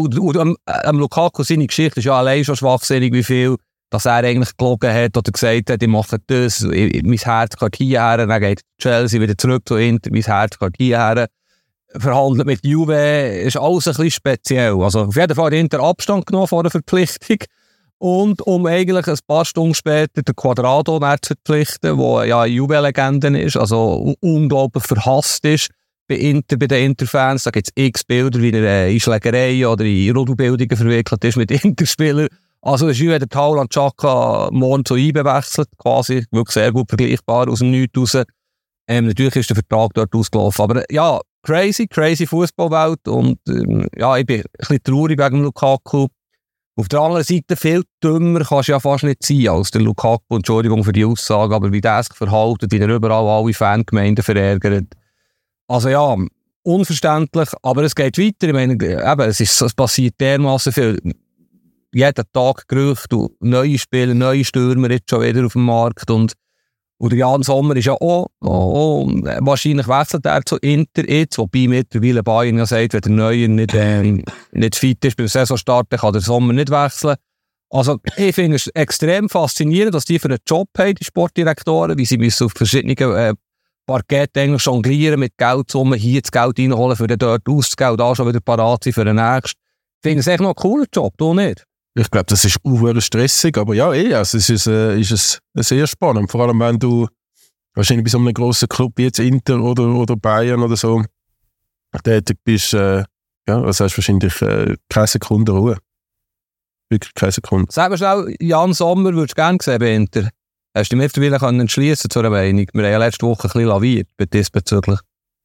Lukaku seine Geschichte ist ja allein schon schwachsinnig, wie viel dass er eigentlich gelogen hat oder gesagt hat, ich mache das, mein Herz geht hierher, dann geht Chelsea wieder zurück zu Inter, mein Herz geht hierher. Verhandelt mit Juve, ist alles ein bisschen speziell. Also auf jeden Fall hat Inter Abstand genommen vor der Verpflichtung. Und um eigentlich ein paar Stunden später den Quadrado zu verpflichten, der ja eine Juve-Legende ist, also unglaublich verhasst ist bei den Inter-Fans. Da gibt es x Bilder, wie er in Schlägereien oder in Rudelbildungen verwickelt ist mit Interspielern. Also ist Juve der Tauland Xhaka morgen zu IB wechselt, quasi, wirklich sehr gut vergleichbar aus dem Nichts raus. Natürlich ist der Vertrag dort ausgelaufen, aber ja, crazy Fußballwelt und ich bin ein bisschen traurig wegen Lukaku. Auf der anderen Seite, viel dümmer kannst du ja fast nicht sein als der Lukaku, Entschuldigung für die Aussage, aber wie der sich verhält, wie er überall alle Fangemeinden verärgert. Also ja, unverständlich, aber es geht weiter. Ich meine, eben, es passiert dermassen viel. Jeden Tag Gerüchte, neue Spieler, neue Stürmer jetzt schon wieder auf dem Markt und der Jan Sommer ist ja wahrscheinlich wechselt er zu Inter jetzt, wobei mittlerweile Bayern ja sagt, wenn der Neuer nicht fit ist beim Saisonstart, dann kann der Sommer nicht wechseln. Also ich finde es extrem faszinierend, dass die für einen Job haben, die Sportdirektoren, wie sie müssen auf verschiedenen Parketten eigentlich jonglieren mit Geldsummen, hier das Geld reinholen, für den dort auszugeben, da schon wieder parat sein für den nächsten. Ich finde es echt noch ein cooler Job, du nicht? Ich glaube, das ist stressig, aber ja, also es ist sehr spannend. Vor allem, wenn du wahrscheinlich bei so einem grossen Club wie jetzt Inter oder Bayern oder so tätig bist, also hast du wahrscheinlich keine Sekunde Ruhe. Wirklich keine Sekunde. Sag mir schnell, Jan Sommer würdest du gerne sehen bei Inter? Hast du dich mittlerweile entschließen zu einer Meinung? Wir haben ja letzte Woche ein bisschen laviert diesbezüglich.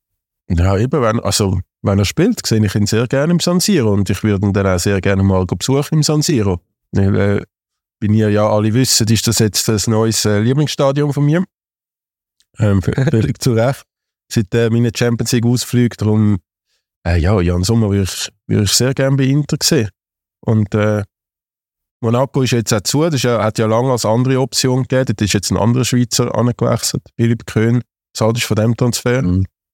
Ja, eben, wenn er spielt, sehe ich ihn sehr gerne im San Siro und ich würde ihn dann auch sehr gerne mal besuchen im San Siro. Wie ihr ja alle wissen, ist das jetzt ein neues Lieblingsstadion von mir. Völlig zu Recht. Seit meinen Champions League Ausflügen. Darum, Jan Sommer würde ich sehr gerne bei Inter sehen. Und Monaco ist jetzt auch zu, hat ja lange als andere Option gegeben. Da ist jetzt ein anderer Schweizer angewechselt, Philipp Köhn. Was haltest du von diesem Transfer?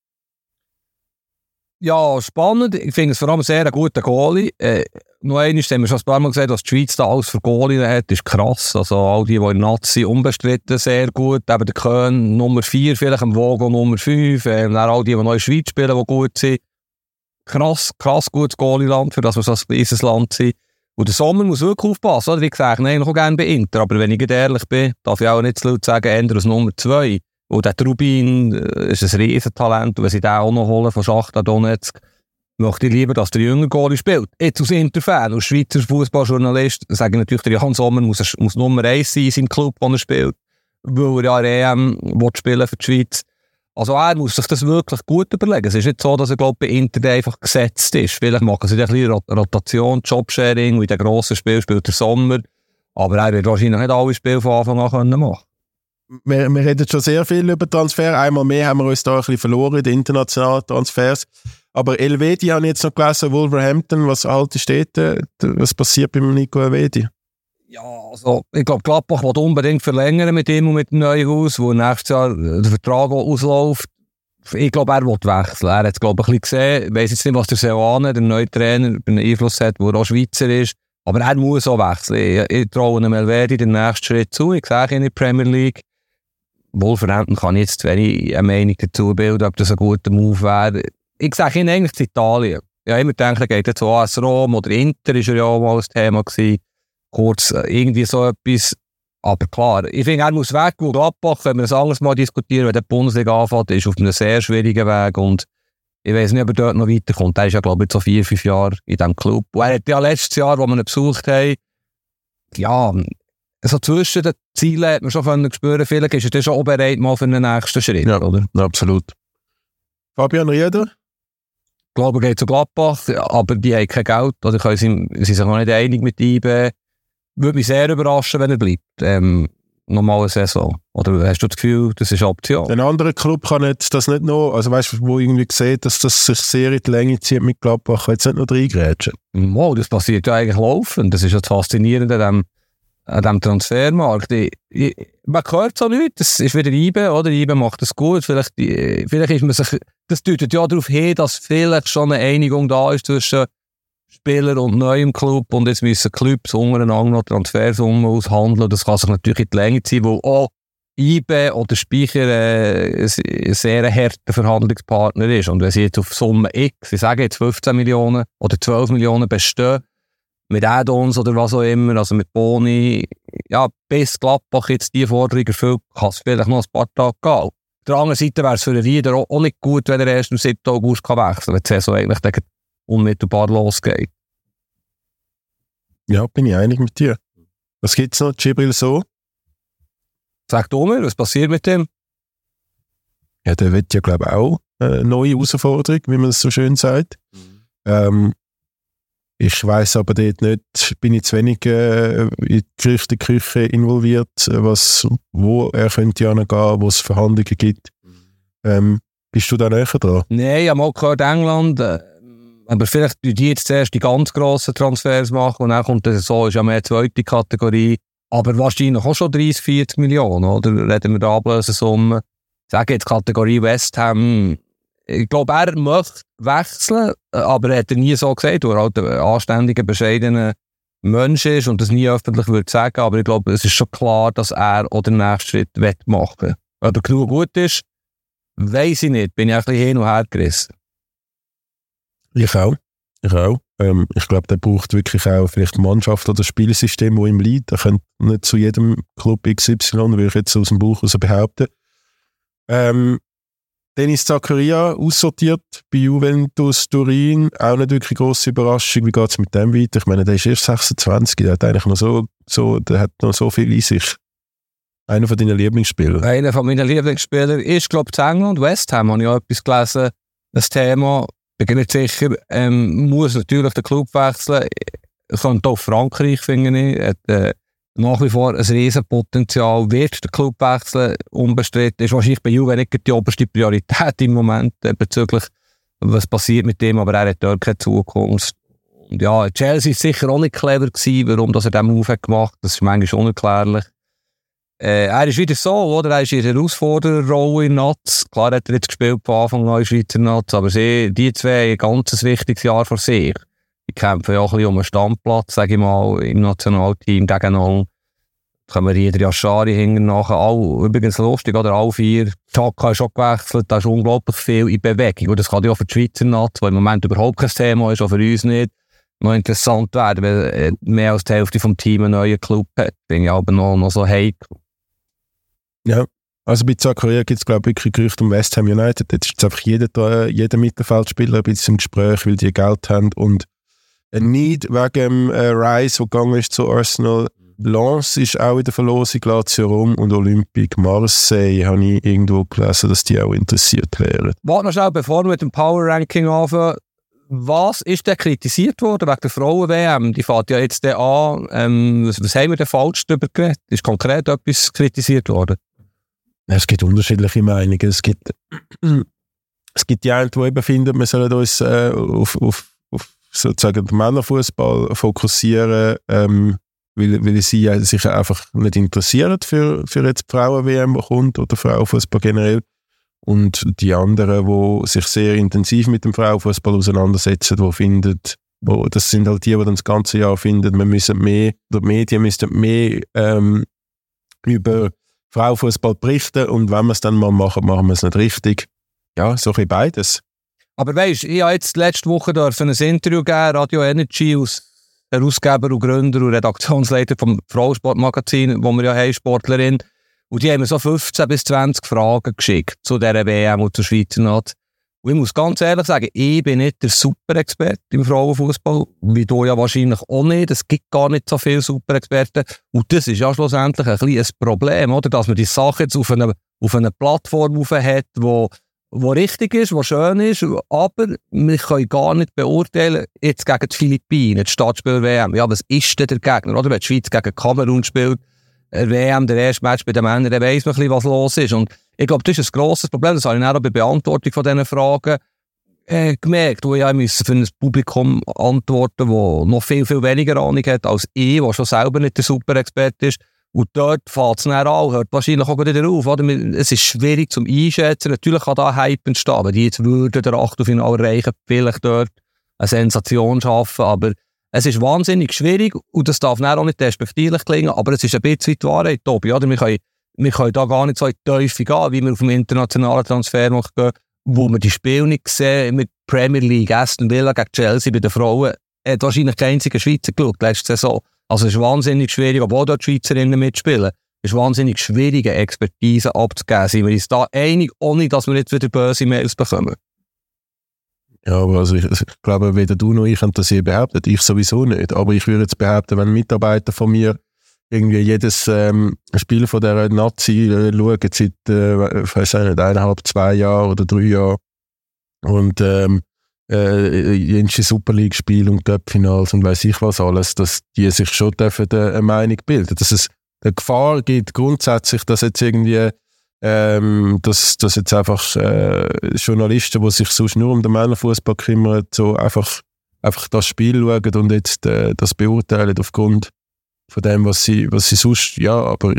Ja, spannend. Ich finde es vor allem sehr ein guter Goalie. Noch einmal haben wir schon ein paar Mal gesagt, was die Schweiz da alles für Goalie hat, ist krass. Also all die in der Nazi unbestritten sehr gut. Eben der Köhn Nummer 4, vielleicht im Vogo Nummer 5. Dann all die noch in der Schweiz spielen, die gut sind. Krass gutes Goalie-Land, für das wir so ein kleines Land sind. Und der Sommer muss wirklich aufpassen. Oder? Wie gesagt, ich auch gerne bei Inter. Aber wenn ich ehrlich bin, darf ich auch nicht zu laut sagen, ändern als Nummer 2. Und der Rubin ist ein Riesentalent. Und wenn sie den auch noch holen von Schachtar Donetsk, möchte ich lieber, dass der jüngere Goalie spielt. Jetzt als Inter-Fan, als Schweizer Fußballjournalist, sage ich natürlich, der Jan Sommer muss Nummer 1 sein in seinem Club, wo er spielt. Weil er ja EM spielen für die Schweiz. Also er muss sich das wirklich gut überlegen. Es ist nicht so, dass er, glaube ich, bei Inter einfach gesetzt ist. Vielleicht machen sie ein bisschen Rotation, Jobsharing, wie in den grossen Spielen spielt der Sommer. Aber er wird wahrscheinlich nicht alle Spiele von Anfang an machen können. Wir reden schon sehr viel über Transfer. Einmal mehr haben wir uns da ein bisschen verloren in den internationalen Transfers. Aber Elvedi habe ich jetzt noch gelesen, Wolverhampton, was halt steht, was passiert beim Nico Elvedi? Ja, also, ich glaube, Gladbach will unbedingt verlängern mit ihm und mit dem Neuhaus, wo nächstes Jahr der Vertrag ausläuft. Ich glaube, er will wechseln. Er hat es, glaube ich, ein bisschen gesehen. Ich weiss jetzt nicht, was der Seoane, der neue Trainer, einen Einfluss hat, der auch Schweizer ist. Aber er muss auch wechseln. Ich traue einem Elvedi den nächsten Schritt zu. Ich sage in der Premier League. Wolverhampton kann ich jetzt wenig eine Meinung dazu bilden, ob das ein guter Move wäre. Ich sage Ihnen eigentlich zu Italien. Ja, immer denke, geht jetzt so AS Rom oder Inter, ist ja auch mal ein Thema gewesen. Kurz irgendwie so etwas. Aber klar, ich finde, er muss weg. Und Gladbach, wenn wir das anderes mal diskutieren, wenn der Bundesliga anfängt, ist auf einem sehr schwierigen Weg. Und ich weiss nicht, ob er dort noch weiterkommt. Er ist ja, glaube ich, so 4-5 Jahre in diesem Club. Und er hat ja letztes Jahr, wo wir ihn besucht haben, ja, so zwischen den Zielen hat man schon spüren, vielleicht ist er schon auch bereit mal für den nächsten Schritt, ja, oder? Absolut. Fabian Rieder? Ich glaube, er geht zu Gladbach, aber die haben kein Geld. Oder sie sind sich noch nicht einig mit IB. Würde mich sehr überraschen, wenn er bleibt. Nochmal eine Saison. Oder hast du das Gefühl, das ist eine Option? Ein anderer Club kann jetzt das nicht noch, also weißt du, wo irgendwie sieht, dass das sich sehr in die Länge zieht mit Gladbach, kann jetzt nicht noch reingrätschen. Wow, das passiert ja eigentlich laufend. Das ist ja das Faszinierende an diesem Transfermarkt. Man hört es auch nicht, das ist wieder IBE, oder? IBE macht das gut. Vielleicht ist man sich, das deutet ja darauf hin, dass vielleicht schon eine Einigung da ist zwischen Spieler und neuem Club und jetzt müssen Clubs untereinander noch Transfersummen aushandeln. Das kann sich natürlich in die Länge ziehen, weil auch IBE oder Speicher ein sehr harter Verhandlungspartner ist. Und wenn sie jetzt auf Summe X, ich sage jetzt 15 Millionen oder 12 Millionen bestehen, mit Add-ons oder was auch immer, also mit Boni, ja, bis Gladbach jetzt die Forderung erfüllt, kann es vielleicht noch ein paar Tage gehen. Auf der anderen Seite wäre es für den Rieder auch nicht gut, wenn er erst am 7. August wechseln kann, wenn die Saison eigentlich unmittelbar losgeht. Ja, bin ich einig mit dir. Was gibt es noch? Djibril Sow? Sag du mir, was passiert mit dem? Ja, der wird ja, glaube ich, auch eine neue Herausforderung, wie man es so schön sagt. Ich weiss aber dort nicht, bin ich zu wenig in die Gerüchteküche involviert, wo er könnte hingehen, wo es Verhandlungen gibt. Bist du da näher dran? Nein, ich habe mal gehört, England, aber vielleicht die jetzt zuerst die ganz grossen Transfers machen und dann kommt das so, ist ja mehr zweite Kategorie, aber wahrscheinlich auch schon 30, 40 Millionen, oder? Reden wir da Ablösesumme. Ich sage jetzt Kategorie West Ham. Ich glaube, er möchte wechseln, aber er hat nie so gesagt, weil er halt ein anständiger, bescheidener Mensch ist und das nie öffentlich würde sagen. Aber ich glaube, es ist schon klar, dass er auch den nächsten Schritt machen will. Ob er genug gut ist, weiss ich nicht. Bin ich ein bisschen hin und her gerissen. Ich auch. Ich glaube, der braucht wirklich auch vielleicht eine Mannschaft oder ein Spielsystem, das ihm liegt. Er könnte nicht zu jedem Club XY, würde ich jetzt aus dem Bauch heraus behaupten. Dennis Zakaria aussortiert bei Juventus Turin, auch nicht wirklich grosse Überraschung. Wie geht es mit dem weiter? Ich meine, der ist erst 26, der hat eigentlich noch der hat noch so viel in sich. Einer von deinen Lieblingsspielern? Einer von meinen Lieblingsspielern ist, glaube ich, in England. West Ham habe ich auch etwas gelesen. Das Thema, bin nicht sicher, muss natürlich den Club wechseln. Könnte auch Frankreich, finde ich. Hat nach wie vor ein Riesenpotenzial. Wird der Club wechseln, unbestritten. Ist wahrscheinlich bei Juve nicht die oberste Priorität im Moment bezüglich, was passiert mit dem, aber er hat dort keine Zukunft. Und ja, Chelsea ist sicher auch nicht clever gewesen, warum er diesen Move hat gemacht. Das ist manchmal unerklärlich. Er ist wieder so, oder? Er ist in der Herausfordererrolle in Nats. Klar hat er jetzt gespielt von Anfang an in Schweizer Nats, aber die zwei haben ein ganz wichtiges Jahr vor sich. Die kämpfen ja auch ein bisschen um einen Standplatz, sage ich mal, im Nationalteam gegeneinander. Kommen Rieder Yashari hinten nachher. Übrigens lustig, oder? Alle 4. Xhaka ist schon gewechselt, da ist unglaublich viel in Bewegung. Und das kann ja auch für die Schweizer Nats, weil im Moment überhaupt kein Thema ist, auch für uns nicht, noch interessant werden, weil mehr als die Hälfte vom Team einen neuen Club hat. Bin ich aber noch so heikel. Ja, also bei Zakaria gibt es, glaube ich, wirklich Gerüchte um West Ham United. Jetzt ist einfach jeder Mittelfeldspieler ein bisschen im Gespräch, weil die Geld haben und nicht wegen Rice, der gegangen ist zu Arsenal. Lens ist auch in der Verlosung, Lazio Rom und Olympique Marseille habe ich irgendwo gelesen, dass die auch interessiert wären. Warte noch schnell, bevor wir mit dem Power Ranking anfangen. Was ist denn kritisiert worden wegen der Frauen-WM? Die fängt ja jetzt an. Was haben wir denn falsch darüber geredet? Ist konkret etwas kritisiert worden? Es gibt unterschiedliche Meinungen. Es gibt die einen, die eben finden, wir sollen uns auf sozusagen den Männerfußball fokussieren. weil sie sich einfach nicht interessieren für jetzt die Frauen-WM, die kommt, oder Frauenfußball generell. Und die anderen, die sich sehr intensiv mit dem Frauenfußball auseinandersetzen, die finden, das sind halt die dann das ganze Jahr finden, wir müssen mehr, die Medien müssten mehr über Frauenfußball berichten, und wenn wir es dann mal machen, machen wir es nicht richtig. Ja, so ein bisschen beides. Aber weisst, ich habe jetzt letzte Woche ein Interview gegeben, Radio Energy, aus Herausgeber und Gründer und Redaktionsleiter vom Frauensportmagazin, wo wir ja haben, Sportlerin. Und die haben mir so 15 bis 20 Fragen geschickt zu dieser WM und zur Schweizer Nazi. Und ich muss ganz ehrlich sagen, ich bin nicht der Super-Experte im Frauenfußball, wie du ja wahrscheinlich auch nicht. Es gibt gar nicht so viele Super-Experten. Und das ist ja schlussendlich ein kleines Problem, oder? Dass man die Sache jetzt auf eine Plattform hat, wo richtig ist, wo schön ist, aber wir können gar nicht beurteilen, jetzt gegen die Philippinen, die Stadtspiel-WM. Ja, was ist denn der Gegner, oder? Wenn die Schweiz gegen Kamerun spielt, WM, der erste Match bei den Männern, dann weiss man ein bisschen, was los ist. Und ich glaube, das ist ein grosses Problem. Das habe ich auch bei Beantwortung von diesen Fragen gemerkt, wo ich für ein Publikum antworten, das noch viel, viel weniger Ahnung hat als ich, der schon selber nicht der Super-Experte ist. Und dort fällt es dann an, hört wahrscheinlich auch wieder auf. Oder? Es ist schwierig zum Einschätzen. Natürlich kann da Hype entstehen, wenn die jetzt würden der Achtelfinale erreichen, vielleicht dort eine Sensation schaffen, aber es ist wahnsinnig schwierig und das darf dann auch nicht despektierlich klingen, aber es ist ein bisschen die Wahrheit, Tobi. Oder? Wir können da gar nicht so in die Tiefe gehen, wie wir auf dem internationalen Transfermarkt gehen, wo wir die Spiele nicht sehen, mit Premier League, Aston Villa gegen Chelsea bei den Frauen, hat wahrscheinlich kein einziger Schweizer geschaut, letzte Saison. Also es ist wahnsinnig schwierig, obwohl dort die Schweizerinnen mitspielen, es ist wahnsinnig schwierig, eine Expertise abzugeben. Sind wir uns da einig, ohne dass wir jetzt wieder böse Mails bekommen? Ja, aber also ich glaube, weder du noch ich haben das je behauptet, ich sowieso nicht. Aber ich würde jetzt behaupten, wenn Mitarbeiter von mir irgendwie jedes Spiel von dieser Nazi schauen, seit, ich weiß nicht, 1,5, 2 Jahren oder 3 Jahren, und jedes Super League-Spiel und Cup-Finals und weiss ich was alles, dass die sich schon dürfen eine Meinung bilden. Dass es eine Gefahr gibt grundsätzlich, dass jetzt irgendwie dass jetzt einfach Journalisten, die sich sonst nur um den Männerfußball kümmern, so einfach das Spiel schauen und jetzt das beurteilen aufgrund von dem, was sie sonst, ja, aber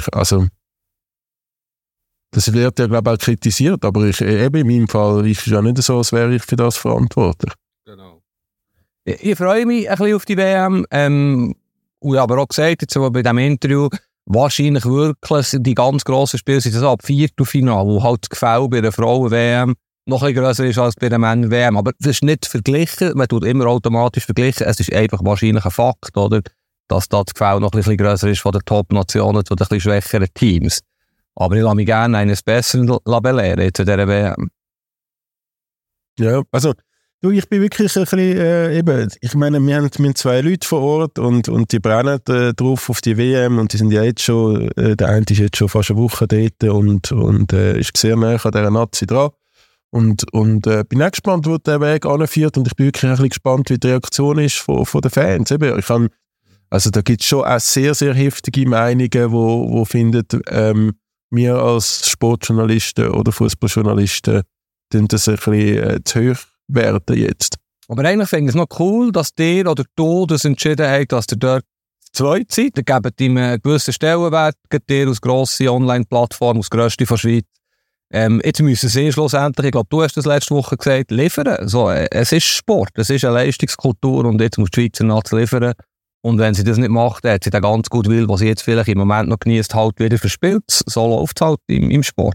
das wird ja, glaube ich, auch kritisiert, aber eben in meinem Fall ist es ja nicht so, als wäre ich für das verantwortlich. Genau. Ich freue mich ein bisschen auf die WM, und ich habe aber auch gesagt, jetzt bei diesem Interview, wahrscheinlich wirklich die ganz grossen Spiele sind das ab Viertelfinale, wo halt das Gefälle bei der Frauen-WM noch ein bisschen grösser ist als bei der Männer-WM. Aber das ist nicht verglichen, man tut immer automatisch verglichen, es ist einfach wahrscheinlich ein Fakt, oder? Dass da das Gefälle noch ein bisschen grösser ist von den Top-Nationen zu den ein bisschen schwächeren Teams. Aber ich lasse mich gerne eines Besseren belehren jetzt in dieser WM. Ja, also du, ich bin wirklich ein bisschen, eben, ich meine, wir haben 2 Leute vor Ort und die brennen drauf auf die WM und die sind ja jetzt schon, der eine ist jetzt schon fast eine Woche dort und ist sehr nah an dieser Nazi dran. Und bin auch gespannt, wo der Weg anführt, und ich bin wirklich ein bisschen gespannt, wie die Reaktion ist von den Fans. Eben, also da gibt es schon auch sehr, sehr heftige Meinungen, wo finden, wir als Sportjournalisten oder Fußballjournalisten tun das ein bisschen zu hoch werden jetzt. Aber eigentlich finde ich es noch cool, dass dir oder du das entschieden habt, dass ihr dort zweit seid. Ihr gebt ihm einen gewissen Stellenwert, gebt dir als grosse Online-Plattform, als grösste von der Schweiz. Jetzt müssen sie schlussendlich, ich glaube, du hast das letzte Woche gesagt, liefern. So, es ist Sport, es ist eine Leistungskultur und jetzt muss die Schweizer Nazi liefern. Und wenn sie das nicht macht, dann hat sie den ganz gut Will, was sie jetzt vielleicht im Moment noch genießt, halt wieder verspielt. So läuft es halt im Sport.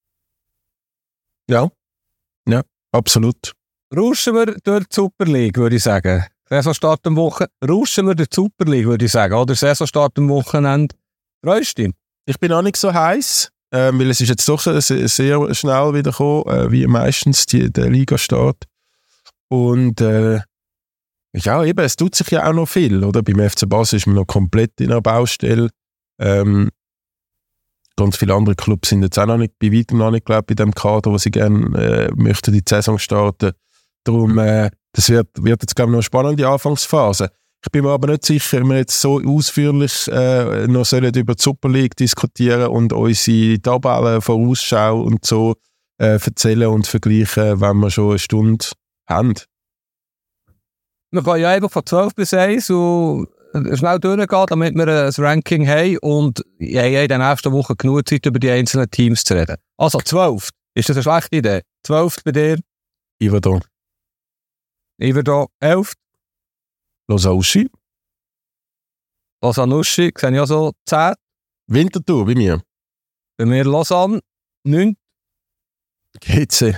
Ja, absolut. Rauschen wir durch die Super League, würde ich sagen. Saisonstart am Wochenende. Rauschen wir durch die Super League, würde ich sagen. Oder Saisonstart am Wochenende. Freust du dich? Ich bin auch nicht so heiß, weil es ist jetzt doch sehr schnell wieder gekommen, wie meistens der Ligastart. Und ja, eben, es tut sich ja auch noch viel, oder? Beim FC Basel ist man noch komplett in einer Baustelle. Ganz viele andere Clubs sind jetzt auch noch nicht, bei weitem noch nicht, glaube ich, in dem Kader, wo sie gerne möchten die Saison starten. Darum, das wird jetzt, glaube ich, noch eine spannende Anfangsphase. Ich bin mir aber nicht sicher, ob wir jetzt so ausführlich noch sollen über die Super League diskutieren und unsere Tabellen, Vorausschau und so erzählen und vergleichen, wenn wir schon eine Stunde haben. Wir gehen ja einfach von 12 bis 1 und schnell durchgehen, damit wir ein Ranking haben und in der nächsten Woche genug Zeit, über die einzelnen Teams zu reden. Also, 12. Ist das eine schlechte Idee? 12 bei dir? Iverdon. 11. Lausanne. Lausanne-Uschi, sehe ich auch so 10. Winterthur, bei mir. Bei mir Lausanne, 9. GC.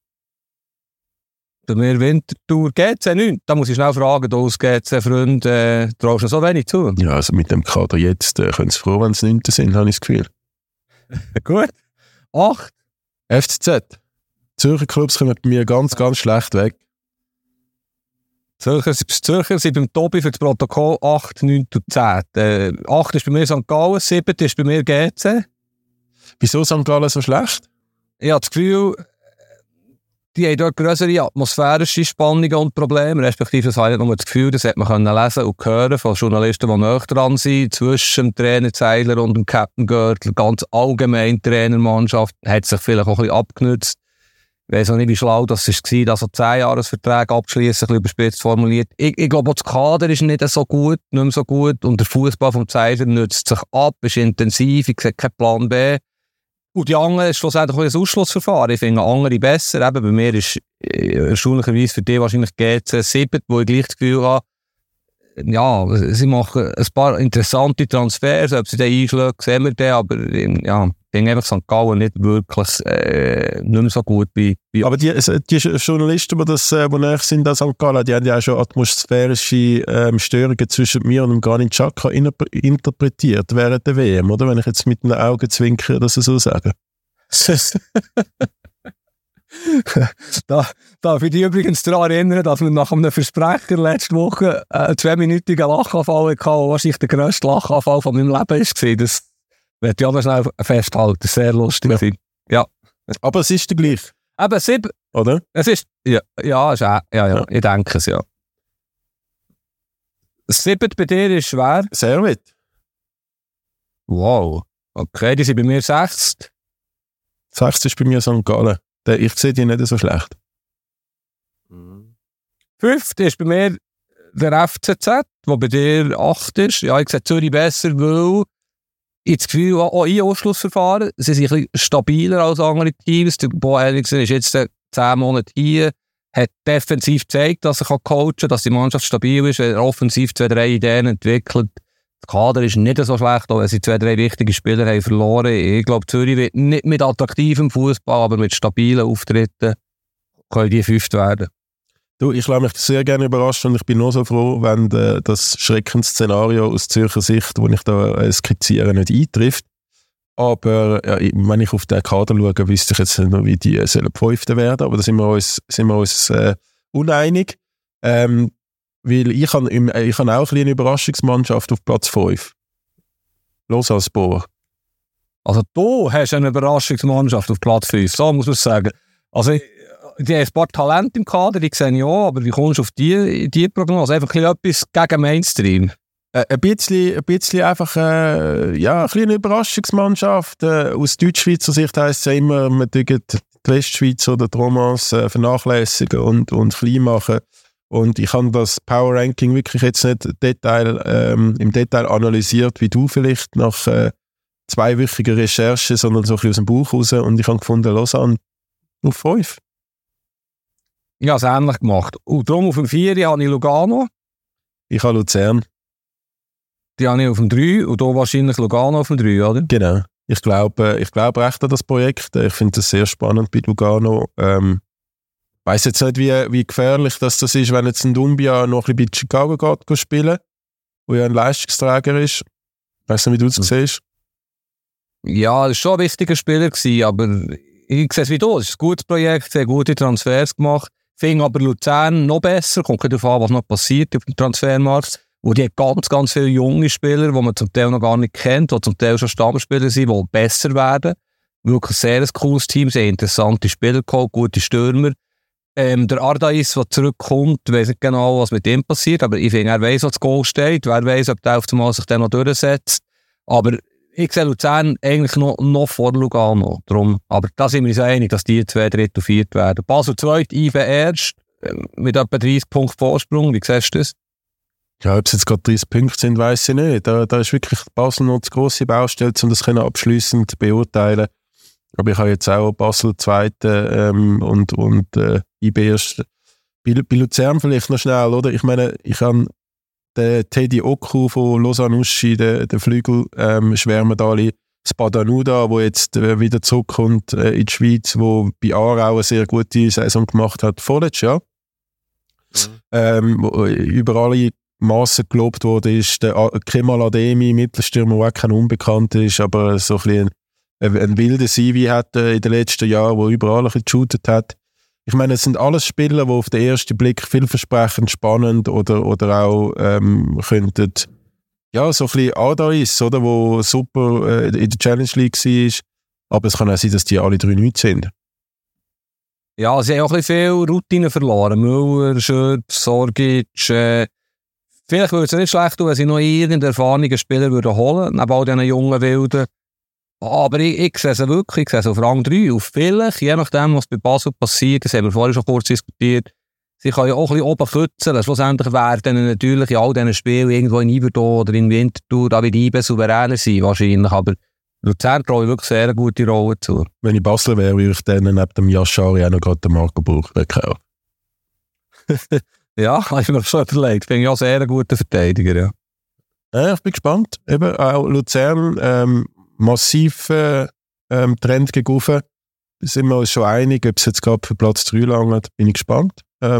Bei mir Winterthur, GC 9. Da muss ich schnell fragen, du als GC-Freund, traust du so wenig zu? Ja, also mit dem Kader jetzt können sie froh, wenn sie 9. sind, habe ich das Gefühl. Gut. 8. FCZ. Zürcher Clubs kommen bei mir ganz, ganz schlecht weg. Zürcher sind beim Tobi für das Protokoll 8, 9 und 10. 8 ist bei mir St. Gallen, 7 ist bei mir GC. Wieso St. Gallen so schlecht? Ich habe das Gefühl, die haben dort grössere atmosphärische Spannungen und Probleme, respektive das habe ich nicht nur das Gefühl, das hat man können lesen und hören von Journalisten, die näher dran sind, zwischen dem Trainer Zeiler und dem Captain Görtler, ganz allgemein die Trainermannschaft, hat sich vielleicht auch ein bisschen abgenutzt. Ich weiss auch nicht, wie schlau das war, also 10-Jahres-Verträge abschließen, ein bisschen überspitzt formuliert. Ich glaube, auch das Kader ist nicht so gut, nicht mehr so gut, und der Fußball vom Zeiler nützt sich ab, ist intensiv, ich sehe keinen Plan B. Und die anderen ist schlussendlich ein Ausschlussverfahren. Ich finde andere besser. Eben bei mir ist erstaunlicherweise für die wahrscheinlich GC 7, wo ich gleich das Gefühl habe, ja, sie machen ein paar interessante Transfers, ob sie den einschlagen, sehen wir den, aber ja, ich finde einfach St. Gallen nicht wirklich nicht mehr so gut bei aber die Journalisten, die näher sind an St. Gallen, die haben ja auch schon atmosphärische Störungen zwischen mir und dem Granit Xhaka interpretiert während der WM, oder? Wenn ich jetzt mit den Augen zwinker, dass ich so sage. Darf ich dich übrigens daran erinnern, dass wir nach einem Versprecher letzte Woche einen 2-minütigen Lachanfall hatten, der wahrscheinlich der grösste Lachanfall von meinem Leben war. Das werde ich auch noch schnell festhalten. Sehr lustig. Ja. Aber es ist der gleich. Eben 7. Oder? Es ist, ja, ich denke es, ja. 7 bei dir ist schwer. Servet. Wow. Okay, die sind bei mir 6. 6 ist bei mir St. Gallen. Ich sehe die nicht so schlecht. 5 ist bei mir der FCZ, der bei dir 8 ist. Ja, ich sehe Zürich besser, weil ich das Gefühl habe, auch in Ausschlussverfahren, sie sind ein bisschen stabiler als andere Teams. Der Bo Ellingsen ist jetzt 10 Monate hier, hat defensiv gezeigt, dass er coachen kann, dass die Mannschaft stabil ist, wenn er offensiv 2-3 Ideen entwickelt. Der Kader ist nicht so schlecht, auch wenn sie 2-3 wichtige Spieler haben verloren. Ich glaube, Zürich wird nicht mit attraktivem Fußball, aber mit stabilen Auftritten können die 5. werden. Du, ich lasse mich sehr gerne überraschen und ich bin nur so froh, wenn das Schreckensszenario aus Zürcher Sicht, das ich da skizziere, nicht eintrifft. Aber ja, wenn ich auf den Kader schaue, wüsste ich jetzt nicht, wie die 5. werden, aber da sind wir uns uneinig. Weil ich habe auch ein eine Überraschungsmannschaft auf Platz 5. Lausanne-Spor. Also du hast eine Überraschungsmannschaft auf Platz 5, so muss man sagen. Also die haben ein paar Talente im Kader, die sehe ich auch, aber wie kommst du auf die Prognose? Einfach etwas gegen Mainstream. Ein bisschen einfach, ja, eine kleine Überraschungsmannschaft. Aus Deutschschweizer Sicht heisst es ja immer, man tut die Westschweiz oder die Romance vernachlässigen und klein machen. Und ich habe das Power Ranking wirklich jetzt nicht im Detail analysiert, wie du vielleicht nach 2-wöchiger Recherche, sondern so ein bisschen aus dem Bauch raus. Und ich habe gefunden, Lausanne auf 5. Ich habe es ähnlich gemacht. Und darum auf dem 4 habe ich Lugano. Ich habe Luzern. Die habe ich auf dem 3 und hier wahrscheinlich Lugano auf dem 3, oder? Genau. Ich glaube recht an das Projekt. Ich finde das sehr spannend bei Lugano. Ich weiss jetzt nicht, wie gefährlich das ist, wenn jetzt ein Dumbia noch ein bisschen bei Chicago geht spielen, wo ja ein Leistungsträger ist. Ich weiss nicht, wie du das siehst. Ja, das war schon ein wichtiger Spieler gewesen, aber ich sehe es wie du. Es ist ein gutes Projekt, sehr gute Transfers gemacht. Ich finde aber Luzern noch besser, kommt darauf an, was noch passiert auf dem Transfermarkt. Wo die ganz, ganz viele junge Spieler, die man zum Teil noch gar nicht kennt, die zum Teil schon Stammspieler sind, die besser werden. Wirklich sehr ein cooles Team, sehr interessante Spieler geholt, gute Stürmer. Der Ardais, der zurückkommt, weiss nicht genau, was mit ihm passiert, aber ich finde, er weiss, was das Goal steht. Wer weiss, ob der auf einmal sich dann noch durchsetzt. Aber ich sehe Luzern eigentlich noch vor Lugano. Darum, aber da sind wir uns einig, dass die 2, 3 und 4 werden. Basel 2, IB erst, mit etwa 30 Punkten Vorsprung. Wie siehst du das? Ja, ob es jetzt gerade 30 Punkte sind, weiss ich nicht. Da ist wirklich Basel noch zu grosse Baustelle, um das abschliessend beurteilen. Aber ich habe jetzt auch Basel Zweite und IB erst. Bei Luzern vielleicht noch schnell, oder? Ich meine, ich habe den Teddy Oku von Lausanne Uschi, den Flügel, schwärmen alle. Spadanuda, der jetzt wieder zurückkommt in die Schweiz, der bei Aarau eine sehr gute Saison gemacht hat, vorletztes Jahr. Wo über alle Massen gelobt wurde, ist der Kemal Ademi, Mittelstürmer, der auch kein Unbekannter ist, aber so ein wilder CV hat in den letzten Jahren, der überall ein bisschen geshootet hat. Ich meine, es sind alles Spieler, die auf den ersten Blick vielversprechend, spannend oder auch könnten, ja, so ein bisschen Ada ist, oder, wo super in der Challenge League war. Aber es kann auch sein, dass die alle 3 nichts sind. Ja, sie haben auch ein bisschen viel Routine verloren. Müller, Schürz, Sorgic. Vielleicht würde es nicht schlecht tun, wenn sie noch irgendeinen erfahrenen Spieler holen würden, neben all diesen jungen Wilden. Aber ich sehe sie wirklich, ich sehe sie auf Rang 3. Auf vielleicht, je nachdem, was bei Basel passiert, das haben wir vorhin schon kurz diskutiert, sie können ja auch ein bisschen oben kützen. Schlussendlich werden natürlich in all diesen Spielen irgendwo in Iverdon oder in Winterthur da wieder IB souveräner sein, wahrscheinlich. Aber Luzern traue ich wirklich sehr eine gute Rolle zu. Wenn ich Basel wäre, würde ich dann neben dem Yashari auch noch gerade den Marco Burg weghauen. Ja, habe ich mir schon überlegt. Bin ich auch sehr ein guter Verteidiger, ja. Ja, ich bin gespannt. Eben, auch Luzern, massiv Trend gegen rauf. Sind wir uns schon einig, ob es jetzt gerade für Platz 3 langt, bin ich gespannt.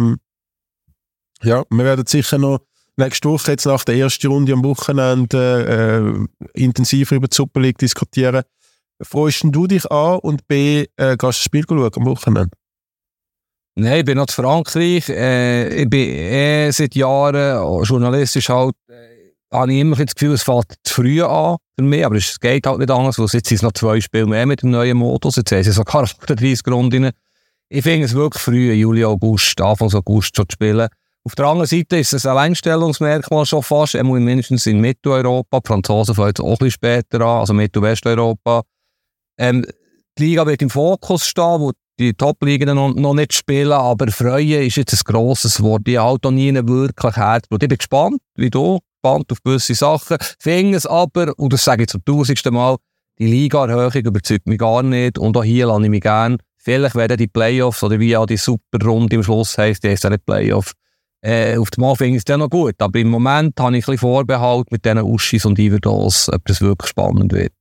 Ja, wir werden sicher noch nächste Woche, jetzt nach der ersten Runde am Wochenende, intensiver über die Super League diskutieren. Freust du dich an und B, gehst du das Spiel schauen am Wochenende? Nein, ich bin noch in Frankreich. Ich bin seit Jahren journalistisch halt, habe ich immer das Gefühl, es fällt zu früh an für mich, aber es geht halt nicht anders, weil jetzt sind es noch 2 Spiele mehr mit dem neuen Modus, jetzt haben sie sogar 38 Runden. Ich finde es wirklich früh, Juli, August, Anfang August schon zu spielen. Auf der anderen Seite ist es ein Alleinstellungsmerkmal schon fast, mindestens in Mitteleuropa, die Franzosen fangen jetzt auch ein bisschen später an, also Mittel- und Westeuropa. Die Liga wird im Fokus stehen, wo die Top-Ligen noch nicht spielen, aber freuen ist jetzt ein grosses Wort. Die halt auch nie wirklich Herzblut. Ich bin gespannt, wie du, gespannt auf gewisse Sachen. Finde es aber, und das sage ich zum 1000. Mal, die Liga-Erhöhung überzeugt mich gar nicht und auch hier lasse ich mich gerne. Vielleicht werden die Playoffs oder wie auch die Superrunde im Schluss heisst, die heisst ja nicht Playoff. Auf dem Mal finde ich es dann noch gut, aber im Moment habe ich ein bisschen Vorbehalt mit diesen Uschis und Iverdos, ob das wirklich spannend wird.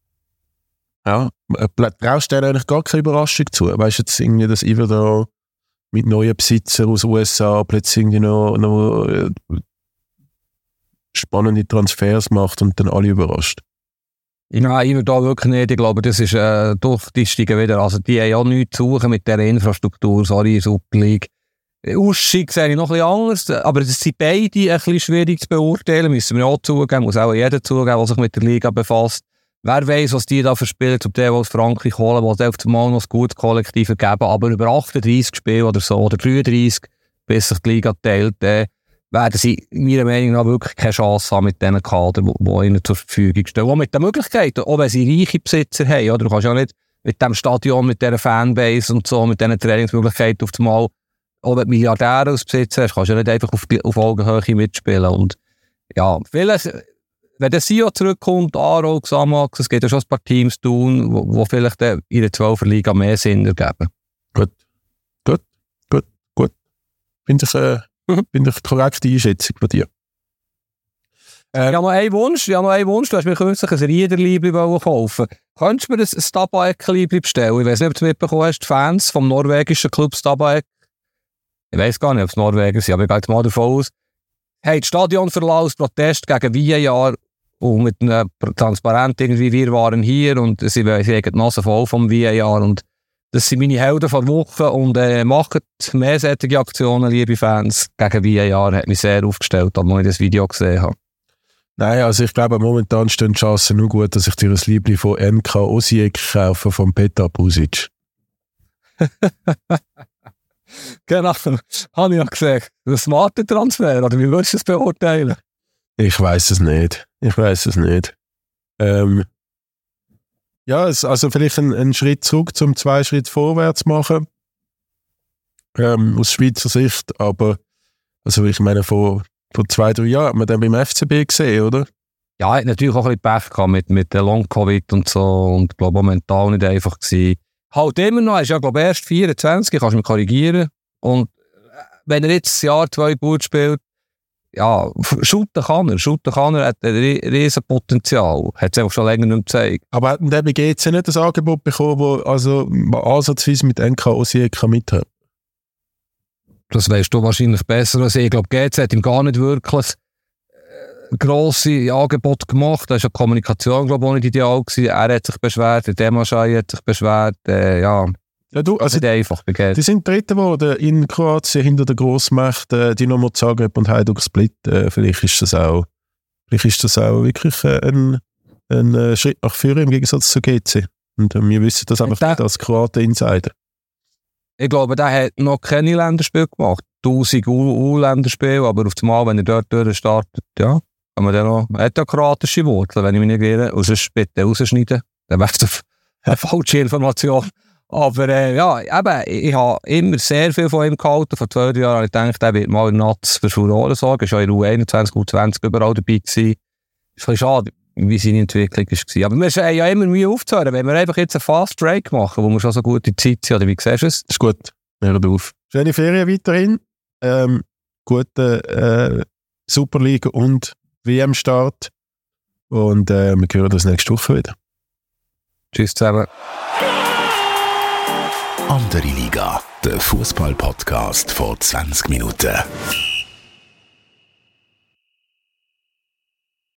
Ja, traust du dir eigentlich gar keine Überraschung zu? Weißt du jetzt irgendwie, dass Iverdon mit neuen Besitzern aus den USA plötzlich irgendwie noch spannende Transfers macht und dann alle überrascht? Nein, Iverdon wirklich nicht. Ich glaube, das ist durch die Steigen wieder. Also die haben ja nichts zu suchen mit dieser Infrastruktur, sorry, Super League. Uschi sehe ich noch ein bisschen anders, aber das sind beide ein bisschen schwierig zu beurteilen, müssen wir auch zugeben, muss auch jeder zugeben, der sich mit der Liga befasst. Wer weiss, was die da für Spiele zum Teil aus Frankreich holen, was auf einmal noch ein gutes Kollektiv ergeben, aber über 38 Spiele oder so, oder 33, bis sich die Liga teilt, werden sie meiner Meinung nach wirklich keine Chance haben mit diesen Kadern, die ihnen zur Verfügung stehen. Auch mit den Möglichkeiten, auch wenn sie reiche Besitzer haben, oder? Du kannst ja nicht mit dem Stadion, mit dieser Fanbase und so, mit diesen Trainingsmöglichkeiten auf einmal, auch wenn du Milliardäre als Besitzer hast, kannst du ja nicht einfach auf Augenhöhe mitspielen. Und ja, vielleicht, wenn der CEO zurückkommt, Aro, Xamax, es gibt ja schon ein paar Teams tun, wo vielleicht in der 12er Liga mehr Sinn ergeben. Gut. Finde ich eine korrekte Einschätzung von dir. Ich habe noch einen Wunsch. Du hast mir kürzlich ein Riederliebli kaufen. Könntest du mir ein Stabæk-Liebli bestellen? Ich weiss nicht, ob du es mitbekommen hast, die Fans vom norwegischen Club Stabæk. Ich weiss gar nicht, ob es Norweger sind, aber ich gehe jetzt mal davon aus. Hey, das Stadion verlassen aus Protest gegen VAR und mit einem Transparent irgendwie, wir waren hier und sie haben die Nase voll vom VAR und das sind meine Helden von Woche und macht mehr solche Aktionen, liebe Fans, gegen VAR. Hat mich sehr aufgestellt, als ich das Video gesehen habe. Nein, also ich glaube, momentan stehen die Chancen nur gut, dass ich dir ein Liebli von MK Osijek kaufe, von Petar Pusic. Genau, habe ich ja gesagt. Ein smarter Transfer, oder wie würdest du es beurteilen? Ich weiss es nicht. Ja, also vielleicht einen Schritt zurück, zum 2 Schritte vorwärts machen. Aus Schweizer Sicht, aber also ich meine, von vor 2-3 Jahren hat man dann beim FCB gesehen, oder? Ja, hat natürlich auch ein bisschen Pech gehabt mit der Long-Covid und so und glaube auch mental nicht einfach gewesen. Halt immer noch, er ist ja glaube ich erst 24, kannst du mich korrigieren. Und wenn er jetzt ein Jahr, 2 gut spielt, ja, shooten kann er, hat ein riesen Potenzial. Hat es einfach schon länger nicht mehr gezeigt. Aber hat der BGC nicht das Angebot bekommen, das ansatzweise mit NK-Osijek mithat? Das weißt du wahrscheinlich besser als ich. Ich glaube, GC hat ihm gar nicht wirklich grosse Angebote gemacht. Da war die Kommunikation, glaube ich, auch nicht ideal gewesen. Er hat sich beschwert, der Demaschai hat sich beschwert. Ja, du, also nicht einfach bei GC. Die sind Dritter geworden in Kroatien hinter der Grossmächte Dinamo Zagreb und Hajduk Split. Vielleicht ist das auch wirklich ein Schritt nach vorne im Gegensatz zu GC. Und wir wissen das einfach als Kroaten-Insider. Ich glaube, der hat noch keine Länderspiele gemacht. 1000 U-Länderspiele, aber auf einmal, wenn er dort durchstartet, ja, kann man dann noch, er hat ja kroatische Wurzeln, wenn ich mich nicht irre, und sonst bitte rausschneiden. Dann wäre es eine falsche Information. Aber ja, eben, ich habe immer sehr viel von ihm gehalten. Vor 2 Jahren habe ich gedacht, er wird mal in Nats für Furore sorgen. Er war ja in U21, U20 überall dabei gewesen. Ist ein bisschen schade, wie seine Entwicklung war. Aber wir haben ja immer Mühe aufzuhören, wenn wir einfach jetzt einen Fast Break machen, wo wir schon so gute Zeit sind. Oder wie siehst du es? Ist gut, hört auf. Schöne Ferien weiterhin. Gute Superliga und WM-Start. Und wir hören uns nächste Woche wieder. Tschüss zusammen. Andere Liga, der Fußball-Podcast vor 20 Minuten.